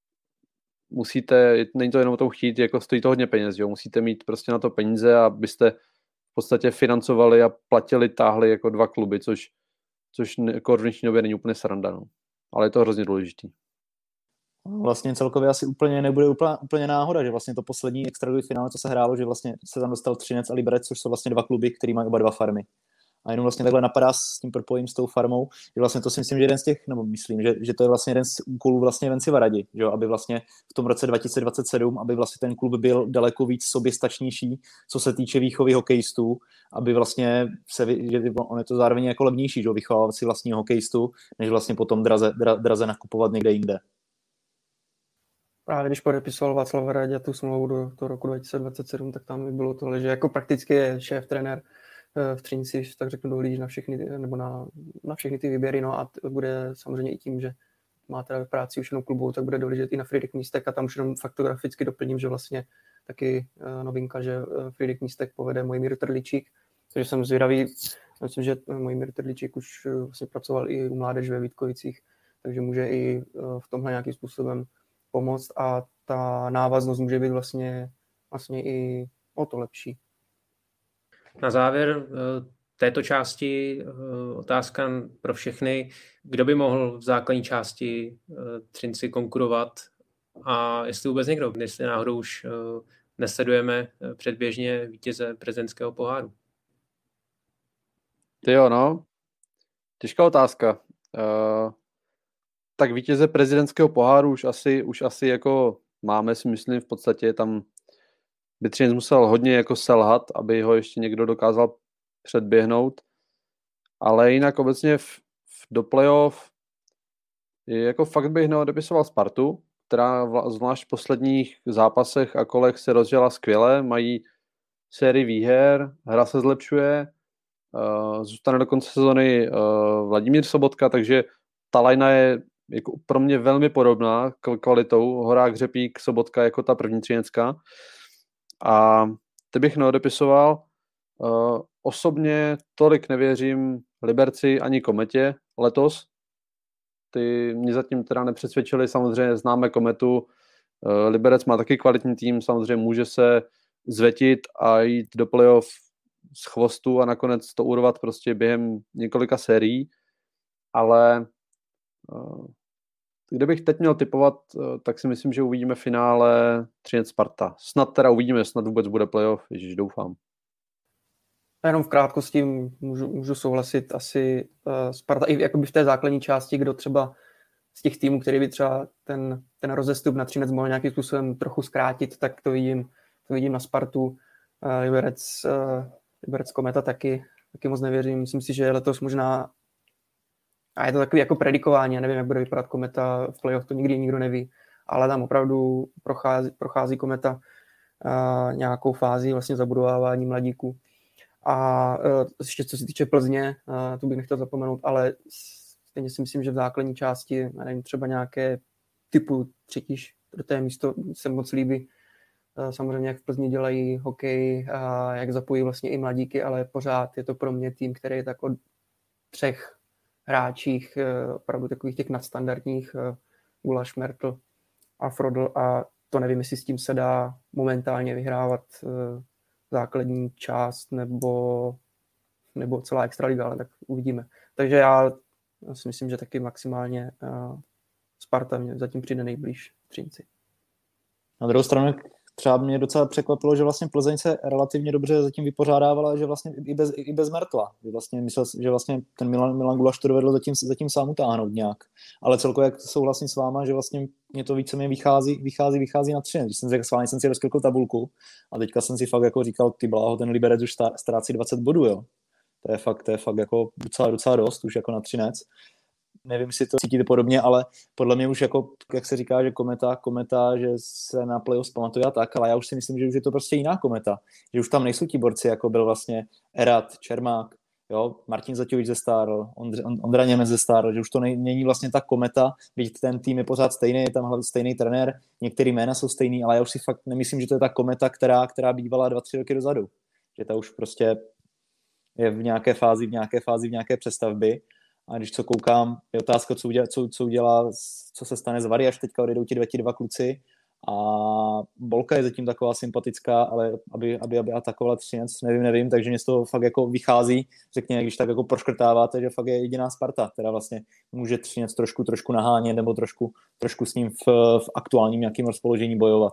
není to jenom o tom chtít, jako stojí to hodně peněz, jo? Musíte mít prostě na to peníze, abyste v podstatě financovali a táhli jako 2 kluby, což jako v dnešní době není úplně sranda, no. Ale je to hrozně důležitý. Vlastně celkově asi nebude úplně náhoda, že vlastně to poslední extraligový finále, co se hrálo, že vlastně se tam dostal Třinec a Liberec, což jsou vlastně dva kluby, který mají oba dva farmy. A jenom vlastně takhle napadá s tím propojím s tou farmou, že vlastně to si myslím, že jeden z těch, nebo myslím, že to je vlastně jeden z úkolů vlastně Venci Varadi, že jo, aby vlastně v tom roce 2027, aby vlastně ten klub byl daleko víc soběstačnější, co se týče výchovy hokejistů, aby vlastně že on je to zároveň jako levnější, že jo, vychovávat si vlastního hokejistu, než vlastně potom draze nakupovat někde jinde. Právě když podepisoval Václav Varada tu smlouvu do roku 2027, tak tam bylo tohle, že jako prakticky je šéf trenér v Třinci, tak řeknu, dohlíží na všechny, nebo na všechny ty výběry, no a bude samozřejmě i tím, že má teda práci už jenom klubu, tak bude dohlížet i na Frýdek Místek a tam už jenom faktograficky doplním, že vlastně taky novinka, že Frýdek Místek povede Mojmír Trličík, takže jsem zvědavý, myslím, že Mojmír Trličík už vlastně pracoval i u mládeže ve Vítkovicích, takže může i v tomhle nějakým způsobem pomoct a ta návaznost může být vlastně i o to lepší. Na závěr této části otázka pro všechny. Kdo by mohl v základní části Třinci konkurovat a jestli vůbec někdo, jestli náhodou už nesledujeme předběžně vítěze prezidentského poháru? Ty jo, no. Těžká otázka. Tak vítěze prezidentského poháru už asi jako máme, si myslím, v podstatě tam by Třinec musel hodně jako selhat, aby ho ještě někdo dokázal předběhnout. Ale jinak obecně do playoff jako fakt bych neodepisoval Spartu, která zvlášť v posledních zápasech a kolech se rozjela skvěle, mají sérii výher, hra se zlepšuje, zůstane do konce sezony Vladimír Sobotka, takže ta lajna je jako pro mě velmi podobná kvalitou. Horák, Řepík, Sobotka jako ta první třinecká. A ty bych neodepisoval. Osobně tolik nevěřím Liberci ani Kometě letos. Ty mě zatím teda nepřesvědčili, samozřejmě známe Kometu. Liberec má taky kvalitní tým, samozřejmě může se zvetit a jít do playoff z chvostu a nakonec to urvat prostě během několika sérií, ale kdybych teď měl tipovat, tak si myslím, že uvidíme finále Třinec Sparta. Snad vůbec bude playoff, ježiš, doufám. Jenom v krátkosti můžu souhlasit asi Sparta i jakoby v té základní části, kdo třeba z těch týmů, který by třeba ten rozestup na Třinec mohl nějakým způsobem trochu zkrátit, tak to vidím na Spartu. Liberec Kometa taky moc nevěřím. Myslím si, že letos možná, a je to takový jako predikování, já nevím, jak bude vypadat Kometa v playoff, to nikdy nikdo neví, ale tam opravdu prochází Kometa nějakou fází vlastně zabudovávání mladíků. A ještě co se týče Plzně, tu bych nechtěl zapomenout, ale stejně si myslím, že v základní části, nevím, třeba nějaké typu třetí, čtvrté místo se moc líbí. Samozřejmě, jak v Plzni dělají hokej a jak zapojí vlastně i mladíky, ale pořád je to pro mě tým, který je tak o 3 hráčích, opravdu takových těch nadstandardních, Gulaš, Mertl a Frodl, a to nevím, jestli s tím se dá momentálně vyhrávat základní část nebo celá extraliga, ale tak uvidíme. Takže já si myslím, že taky maximálně Sparta mě zatím přijde nejblíž Třinci. Na druhou stranu třeba mě docela překvapilo, že vlastně Plzeň se relativně dobře zatím vypořádávala, že vlastně i bez Mertla. Že vlastně myslel, že vlastně ten Milan Gulaš to dovedl zatím sám utáhnout nějak. Ale celkově jak souhlasím s váma, že vlastně mě to víceméně vychází na Třinec. Když jsem řekl, jsem si rozklikl tabulku a teďka jsem si fakt jako říkal, ty bláho, ten Liberec už ztrácí 20 bodů, jo. To je fakt jako docela dost už jako na Třinec. Nevím, jestli to cítíte podobně, ale podle mě už jako, jak se říká, že kometa, že se na playoff pamatuje a tak, ale já už si myslím, že už je to prostě jiná Kometa. Že už tam nejsou ti borci, jako byl vlastně Erat, Čermák, jo, Martin Zaťovič zestárl, Ondra Němec zestárl, že už to není vlastně ta Kometa, byť ten tým je pořád stejný, je tam hlavně stejný trenér, některý jména jsou stejný, ale já už si fakt nemyslím, že to je ta Kometa, která bývala 2-3 roky dozadu. Že ta už prostě je v nějaké fázi, v nějaké přestavby. A když co koukám, je otázka, co udělá, co se stane s Vary, až teďka odejdou ti dva kluci A Bolka je zatím taková sympatická, ale aby atakovala Třinec, nevím, takže mě z toho fakt jako vychází, řekněme, když tak jako proškrtáváte, že fakt je jediná Sparta, která vlastně může Třinec trošku nahánět nebo trošku s ním v aktuálním nějakým rozpoložení bojovat.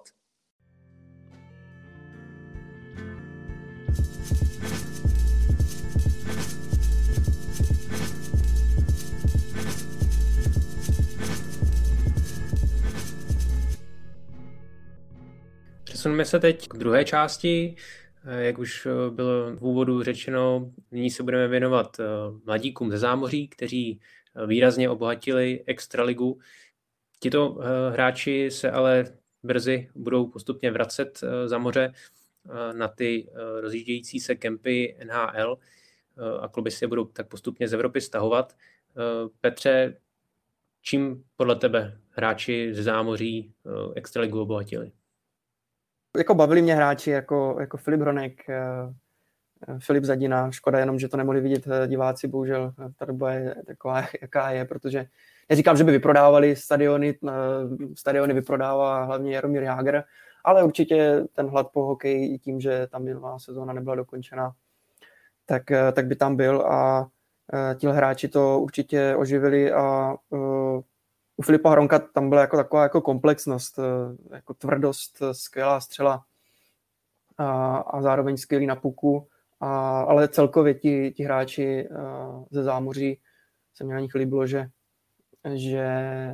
Přesuneme se teď k druhé části. Jak už bylo v úvodu řečeno, nyní se budeme věnovat mladíkům ze zámoří, kteří výrazně obohatili extraligu. Tito hráči se ale brzy budou postupně vracet za moře na ty rozjíždějící se kempy NHL a kluby se budou tak postupně z Evropy stahovat. Petře, čím podle tebe hráči ze zámoří extraligu obohatili? Jako bavili mě hráči jako Filip Hronek, Filip Zadina, škoda jenom, že to nemohli vidět diváci, bohužel ta doba je taková, jaká je, protože neříkám, že by vyprodávali stadiony vyprodává hlavně Jaromír Jágr, ale určitě ten hlad po hokeji tím, že tam minulá sezóna nebyla dokončena, tak by tam byl a ti hráči to určitě oživili a u Filipa Hronka tam byla jako taková jako komplexnost, jako tvrdost, skvělá střela a zároveň skvělý na puku, ale celkově ti hráči ze zámoří se mě na nich líbilo, že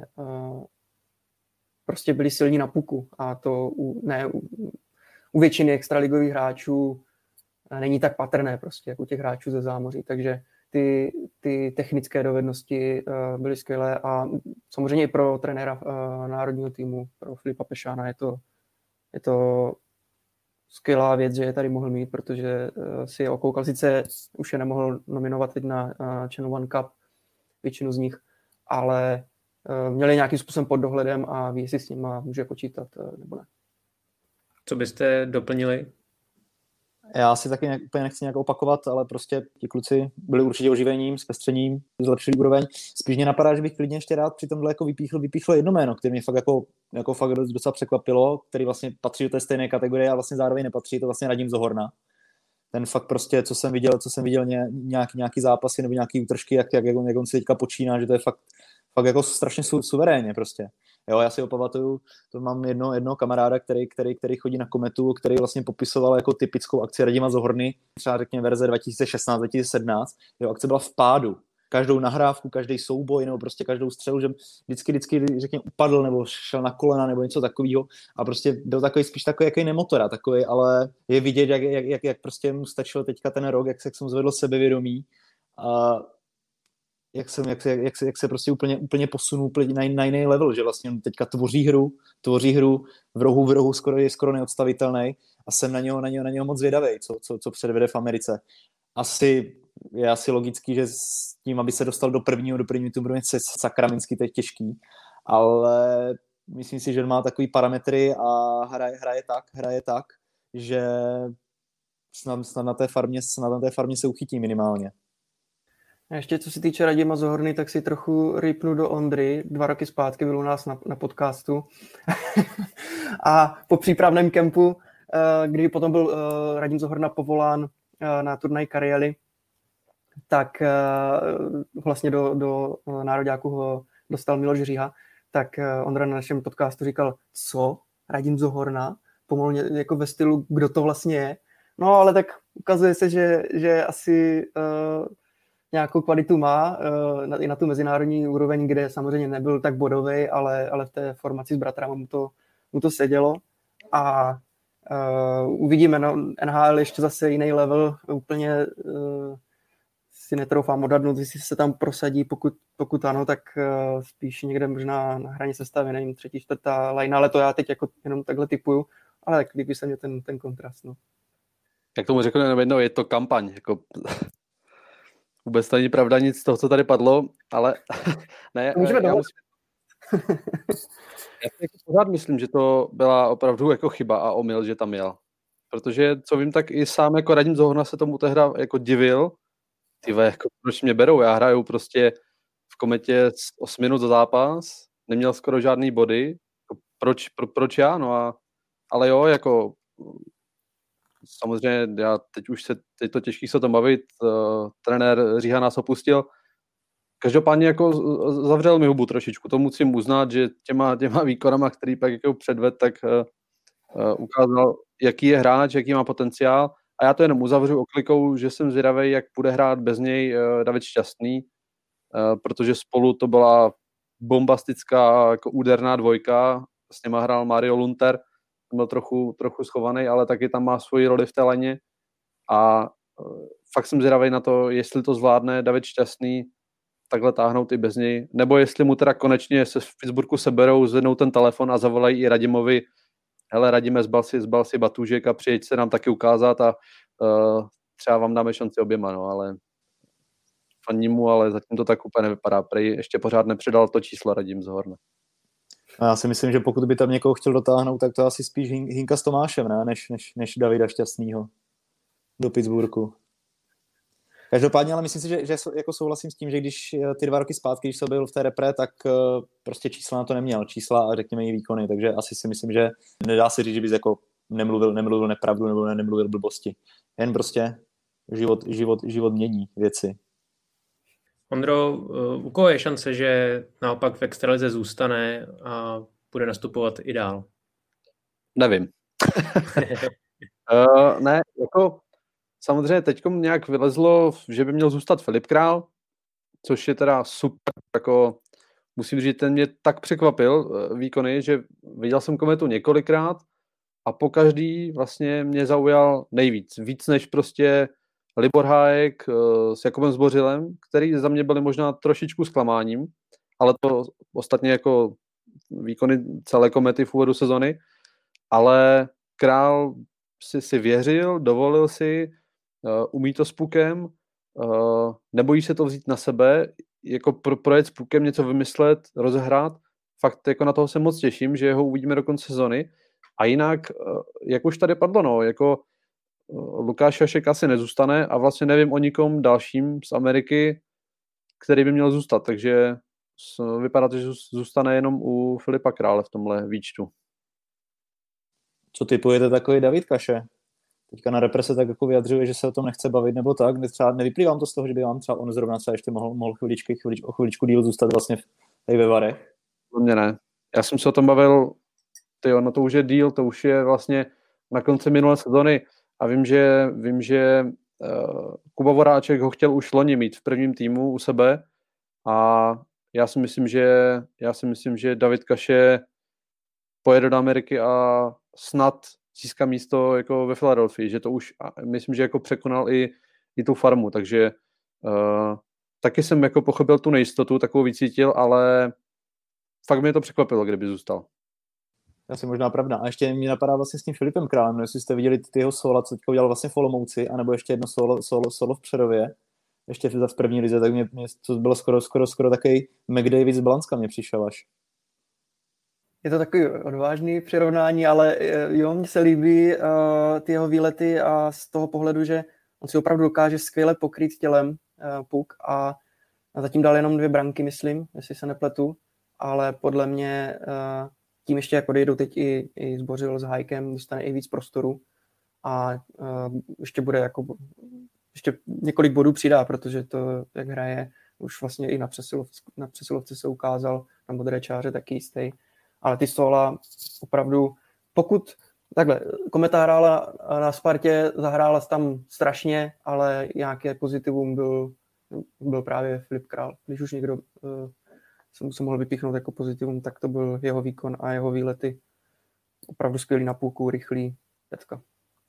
prostě byli silní na puku a to u většiny extraligových hráčů není tak patrné prostě, jako u těch hráčů ze zámoří, takže ty technické dovednosti byly skvělé a samozřejmě i pro trenéra národního týmu, pro Filipa Pešána je to skvělá věc, že je tady mohl mít, protože si je okoukal, sice už je nemohl nominovat teď na Channel One Cup, většinu z nich, ale měli nějakým způsobem pod dohledem a ví, jestli s nima může počítat nebo ne. Co byste doplnili? Já si taky úplně nechci nějak opakovat, ale prostě ti kluci byli určitě oživením, zpestřením, zlepšili úroveň. Spíš mě napadá, že bych klidně ještě rád při tomhle jako vypíchl jedno jméno, které mě fakt jako fakt docela překvapilo, který vlastně patří do té stejné kategorie a vlastně zároveň nepatří, to vlastně Radim Zohorna. Ten fakt prostě, co jsem viděl nějaký zápasy nebo nějaký útržky, jak on si teďka počíná, že to je fakt jako strašně suverénně prostě. Jo, já si ho pamatuju, to mám jednoho kamaráda, který chodí na Kometu, který vlastně popisoval jako typickou akci Radima Zohorny, třeba řekněme verze 2016-2017. Jeho akce byla v pádu. Každou nahrávku, každý souboj nebo prostě každou střelu, že vždycky řekněme upadl nebo šel na kolena nebo něco takového a prostě byl takový spíš takový jaký nemotora, takový, ale je vidět, jak prostě mu stačil teďka ten rok, jak se mu zvedlo sebevědomí a jak se prostě úplně posunul na jiný level, že vlastně teďka tvoří hru v rohu je skoro neodstavitelný a jsem na něho moc zvědavej, co předvede v Americe. Je asi logický, že s tím, aby se dostal do prvního to bude sakramentsky, to je těžký, ale myslím si, že má takový parametry a hraje tak, že snad na té farmě se uchytí minimálně. A ještě co se týče Radima Zohorny, tak si trochu rýpnu do Ondry. 2 roky zpátky byl u nás na podcastu a po přípravném kempu, kdy potom byl Radim Zohorna povolán na turnaj Karjely, tak vlastně do nároďáku ho dostal Miloš Říha, tak Ondra na našem podcastu říkal, co? Radim Zohorna? Pomalu jako ve stylu, kdo to vlastně je? No ale tak ukazuje se, že asi nějakou kvalitu má i na tu mezinárodní úroveň, kde samozřejmě nebyl tak bodový, ale v té formaci s bratrama mu to sedělo a uvidíme, no, NHL ještě zase jiný level, úplně si netroufám odhadnout, jestli se tam prosadí, pokud ano, tak spíš někde možná na hraně sestavy, nevím, 3., 4. line, ale to já teď jako jenom takhle typuju, ale tak líbí se mě ten kontrast. No. Jak tomu řeknu jednou, je to kampaň, jako vůbec to není pravda nic z toho, co tady padlo, ale ne, já si jako pořád myslím, že to byla opravdu jako chyba a omyl, že tam jel. Protože, co vím, tak i sám jako Radim Zohorna se tomu tehda jako divil. Tyve, jako proč mě berou? Já hraju prostě v Kometě 8 minut za zápas, neměl skoro žádný body, proč já, ale jo, jako samozřejmě teď to těžký se o tom bavit, trenér Říha nás opustil, každopádně jako zavřel mi hubu trošičku, to musím uznat, že těma výkonama, který pak jako předved, tak ukázal, jaký je hráč, jaký má potenciál a já to jenom uzavřu oklikou, že jsem zvědavej, jak bude hrát bez něj David Šťastný, protože spolu to byla bombastická jako úderná dvojka, s něma hrál Mario Lunter, byl trochu schovaný, ale taky tam má svoji roli v té laně a fakt jsem zvědavej na to, jestli to zvládne David Šťastný takhle táhnout i bez něj, nebo jestli mu teda konečně se v Pittsburghu seberou, zvednou ten telefon a zavolají i Radimovi, hele Radime, zbal si batůžek a přijeď se nám taky ukázat a třeba vám dáme šanci oběma, no, ale faním mu, ale zatím to tak úplně nevypadá. Prej ještě pořád nepředal to číslo Radim z Horna. Já si myslím, že pokud by tam někoho chtěl dotáhnout, tak to asi spíš Hinka s Tomášem, ne? Než Davida Šťastnýho do Pittsburghu. Každopádně, ale myslím si, že jako souhlasím s tím, že když ty 2 roky zpátky, když jsem byl v té repre, tak prostě čísla na to neměl. Čísla a řekněme i výkony, takže asi si myslím, že nedá se říct, že bys jako nemluvil nepravdu nebo nemluvil blbosti. Jen prostě život mění věci. Ondro, u koho je šance, že naopak v extralize zůstane a bude nastupovat i dál? Nevím. Ne, jako samozřejmě teďkom nějak vylezlo, že by měl zůstat Filip Král, což je teda super, jako musím říct, ten mě tak překvapil výkony, že viděl jsem Kometu několikrát a po každý vlastně mě zaujal nejvíc. Víc než prostě Libor Hájek s Jakubem Zbořilem, který za mě byly možná trošičku zklamáním, ale to ostatně jako výkony celé Komety v úvodu sezony, ale Král si věřil, dovolil si, umí to s pukem, nebojí se to vzít na sebe, jako projet s pukem, něco vymyslet, rozehrát. Fakt jako na toho se moc těším, že ho uvidíme do konce sezony. A jinak, jak už tady padlo, no, jako Lukáš Hašek asi nezůstane a vlastně nevím o nikom dalším z Ameriky, který by měl zůstat, takže vypadá to, že zůstane jenom u Filipa Krále v tomhle výčtu. Co typujete takový David Kaše? Teďka na repre se tak jako vyjadřuje, že se o tom nechce bavit nebo tak. Třeba nevyplývám to z toho, že by vám třeba on zrovna třeba ještě mohl chviličku díl zůstat vlastně tady ve Varech? Pro mě ne. Já jsem se o tom bavil, no to už je díl, to už je vlastně na konci minulé sezony a vím, že Kuba Voráček ho chtěl už loni mít v prvním týmu u sebe a já si myslím, že David Kaše pojede do Ameriky a snad získá místo jako ve Philadelphii, že to už myslím, že jako překonal i tu farmu, takže taky jsem jako pochopil tu nejistotu, takovou vycítil, ale fakt mě to překvapilo, kdyby zůstal. Asi možná pravda. A ještě mě napadá vlastně s tím Filipem Králem, no, jestli jste viděli ty jeho sola, co teďka udělal vlastně v Olomouci, anebo ještě jedno solo v Přerově, ještě v první lize, tak mě to bylo skoro takový McDavid z Blanska mě přišel až. Je to takový odvážný přirovnání, ale jo, mně se líbí ty jeho výlety a z toho pohledu, že on si opravdu dokáže skvěle pokrýt tělem puk a zatím dal jenom 2 branky, myslím, jestli se nepletu, ale podle mě tím ještě jak odejdou teď i Zbořil s Hájkem, dostane i víc prostoru a ještě bude jako ještě několik bodů přidá, protože to, jak hraje, už vlastně i na přesilovce se ukázal, na modré čáře taky jistý. Ale ty Sola opravdu, pokud takhle, Kometa hrála na Spartě, zahrála tam strašně, ale nějaké pozitivum byl právě Filip Král. Když už někdo se mohl vypíchnout jako pozitivum, tak to byl jeho výkon a jeho výlety. Opravdu skvělý na půlku, rychlý, pecka.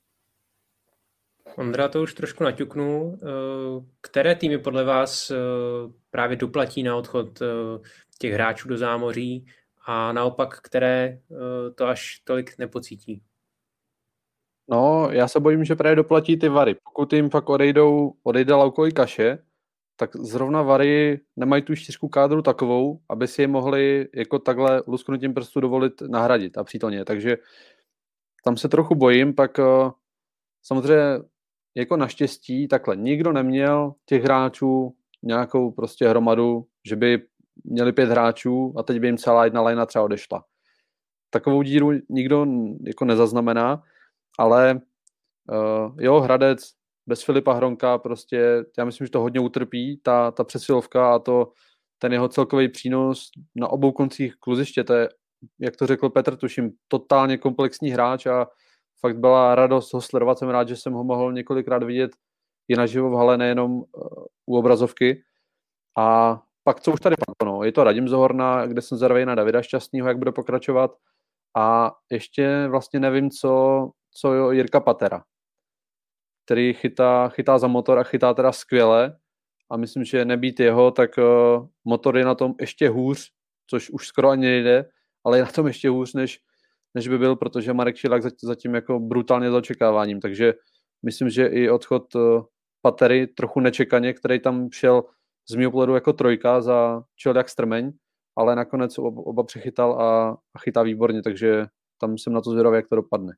Ondra to už trošku naťuknul. Které týmy podle vás právě doplatí na odchod těch hráčů do zámoří a naopak, které to až tolik nepocítí? No, já se bojím, že právě doplatí ty Vary. Pokud jim fakt odejde Lauko i Kaše, tak zrovna Vary nemají tu 4 kádru takovou, aby si je mohli jako takhle lusknutím prstu dovolit nahradit a přítomně. Takže tam se trochu bojím, pak samozřejmě jako naštěstí takhle nikdo neměl těch hráčů nějakou prostě hromadu, že by měli 5 hráčů a teď by jim celá jedna linea třeba odešla. takovou díru nikdo jako nezaznamená, ale jo, Hradec bez Filipa Hronka prostě, já myslím, že to hodně utrpí, ta přesilovka a ten jeho celkový přínos na obou koncích kluziště, to je, jak to řekl Petr, tuším, totálně komplexní hráč a fakt byla radost ho sledovat, jsem rád, že jsem ho mohl několikrát vidět i naživo v hale, nejenom u obrazovky. A pak co už tady padlo, no, je to Radim Zohorna, kde jsem zvědavý na Davida Šťastného, jak bude pokračovat a ještě vlastně nevím, co Jirka Patera, který chytá za motor a chytá teda skvěle a myslím, že nebýt jeho, tak motor je na tom ještě hůř, což už skoro ani nejde, ale je na tom ještě hůř, než by byl, protože Marek Šilák zatím jako brutálně za očekáváním, takže myslím, že i odchod Patery trochu nečekaně, který tam šel z mého pohledu jako trojka za Čeljak Strmeň, ale nakonec oba přechytal a chytá výborně, takže tam jsem na to zvědavý, jak to dopadne.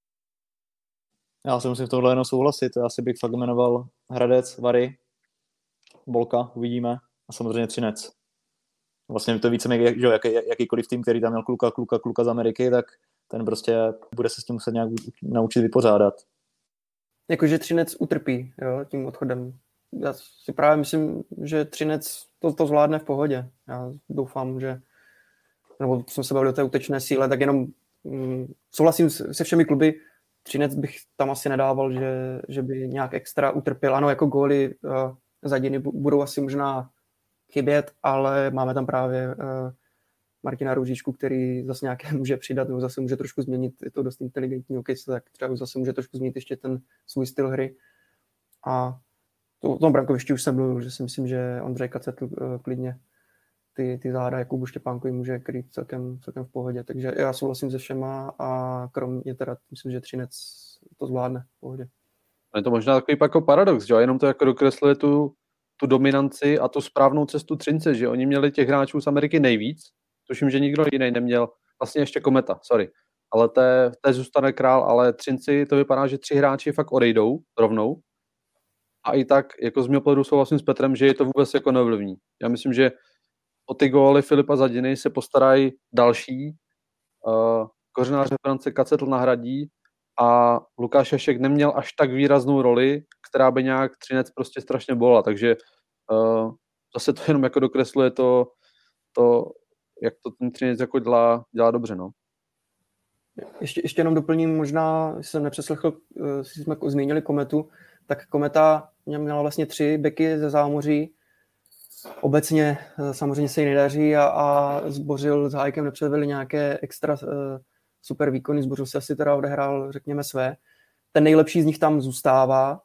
Já si musím v tohle jenom souhlasit, já si bych fakt jmenoval Hradec, Vary, Bolka, uvidíme a samozřejmě Třinec. Vlastně to více že jakýkoliv tým, který tam měl kluka z Ameriky, tak ten prostě bude se s tím muset nějak naučit vypořádat. Jakože Třinec utrpí, jo, tím odchodem. Já si právě myslím, že Třinec to zvládne v pohodě. Já doufám, že nebo jsem se bavil do té útečné síle, tak jenom souhlasím se všemi kluby. Třinec bych tam asi nedával, že by nějak extra utrpěl. Ano, jako góly Zadiny budou asi možná chybět, ale máme tam právě Martina Růžičku, který zase nějaké může přidat, nebo zase může trošku změnit, je to dost inteligentní hokejista, tak třeba zase může trošku změnit ještě ten svůj styl hry. A o tom brankovišti už jsem mluvil, že si myslím, že Ondřej Kacetl klidně ty záda Jakubu Štěpánkovi může krýt celkem v pohodě. Takže já souhlasím se všema a kromě teda myslím, že Třinec to zvládne v pohodě. Je to možná takový jako paradox, že jenom to jako dokresluje tu dominanci a tu správnou cestu Třince, že oni měli těch hráčů z Ameriky nejvíc, tuším, že nikdo jiný neměl, vlastně ještě Kometa, sorry, ale té zůstane král, ale Třinci to vypadá, že 3 hráči fakt odejdou rovnou a i tak jako z mého pohledu souhlasím s Petrem, že je to vůbec jako neovlivní. Já myslím, že o ty góly Filipa Zadiny se postarají další, kořenáře France Kacetl nahradí a Lukáš Jašek neměl až tak výraznou roli, která by nějak Třinec prostě strašně bola, takže zase to jenom jako dokresluje to jak to ten Třinec jako dělá dobře, no. Ještě jenom doplním, možná jsem nepřeslechl, si jsme zmínili Kometu, tak Kometa měla vlastně 3 beky ze zámoří. Obecně samozřejmě se jí nedaří a Zbořil s Hájkem nepředvedli nějaké extra super výkony. Zbořil si asi teda odehrál, řekněme, své. Ten nejlepší z nich tam zůstává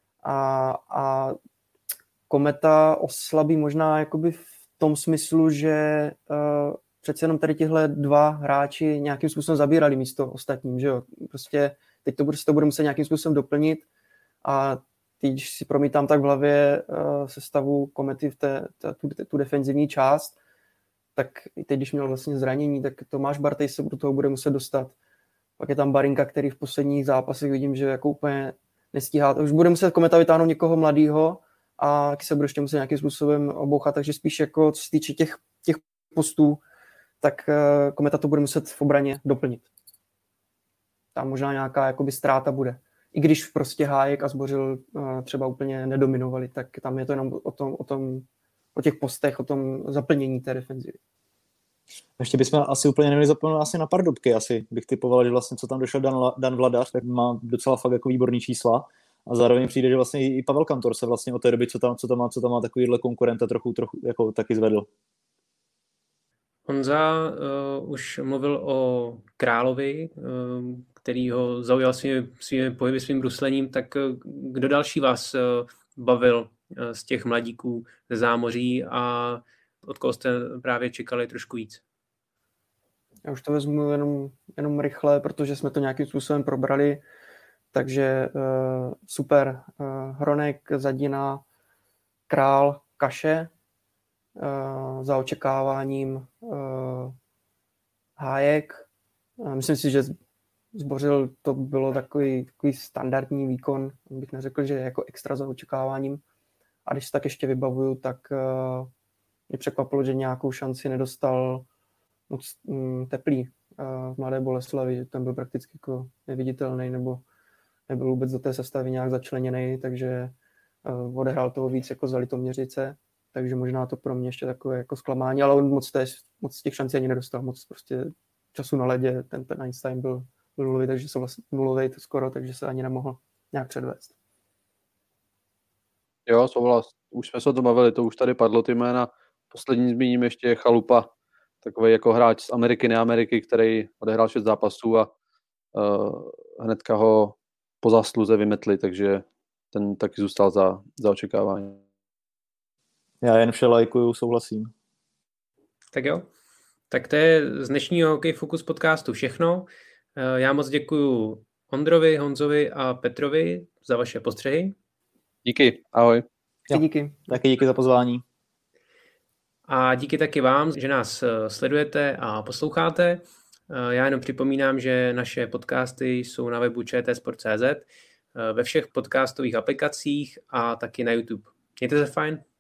a Kometa oslabí možná jakoby v tom smyslu, že přece jenom tady tihle 2 hráči nějakým způsobem zabírali místo ostatním, že jo. Prostě teď to bude muset nějakým způsobem doplnit a když si promítám tak v hlavě sestavu Komety v tu defenzivní část, tak i teď, když měl vlastně zranění, tak Tomáš Bartej se do toho bude muset dostat. Pak je tam Barinka, který v posledních zápasech vidím, že jako úplně nestíhá. Už bude muset Kometa vytáhnout někoho mladýho a se bude ještě muset nějakým způsobem obouchat, takže spíš jako co se týče těch postů, tak Kometa to bude muset v obraně doplnit. Tam možná nějaká jakoby ztráta bude. I když prostě Hájek a Zbořil třeba úplně nedominovali, tak tam je to jenom o těch postech, o tom zaplnění té defenzivy. Ještě bychom asi úplně neměli zapomenout asi na Pardubky, asi bych typoval, že vlastně co tam došel Dan Vladař, tak má docela fakt jako výborný čísla a zároveň přijde, že vlastně i Pavel Kantor se vlastně od té doby, co tam má takovýhle konkurenta trochu jako taky zvedl. Honza už mluvil o Královi, který ho zaujal svými pohyby, svým bruslením, tak kdo další vás bavil z těch mladíků ze zámoří a od koho jste právě čekali trošku víc? Já už to vezmu jenom rychle, protože jsme to nějakým způsobem probrali, takže super. Hronek, Zadina, Král, Kaše, za očekáváním Hájek. Myslím si, že Zbořil to bylo takový standardní výkon, bych neřekl, že jako extra za očekáváním. A když se tak ještě vybavuju, tak mě překvapilo, že nějakou šanci nedostal moc Teplý. v Mladé Boleslavi, že tam byl prakticky jako neviditelný nebo nebyl vůbec do té sestavy nějak začleněný, takže odehrál toho víc jako za Litoměřice, takže možná to pro mě ještě takové jako zklamání, ale on moc těch šancí ani nedostal, moc prostě času na ledě, ten Einstein byl nulový, takže se vlastně nulový to skoro, takže se ani nemohl nějak předvést. Jo, souhlas. Už jsme se o tom bavili, to už tady padlo ty jména. Poslední zmíním ještě Chalupa, takový jako hráč z Ameriky, neameriky, který odehrál 6 zápasů a hnedka ho po zásluze vymetli, takže ten taky zůstal za očekávání. Já jen vše lajkuju, souhlasím. Tak jo, tak to je z dnešního Hokej Focus podcastu všechno. Já moc děkuju Ondrovi, Honzovi a Petrovi za vaše postřehy. Díky, ahoj. Díky. Taky díky za pozvání. A díky taky vám, že nás sledujete a posloucháte. Já jenom připomínám, že naše podcasty jsou na webu čtsport.cz, ve všech podcastových aplikacích a taky na YouTube. Mějte se fajn.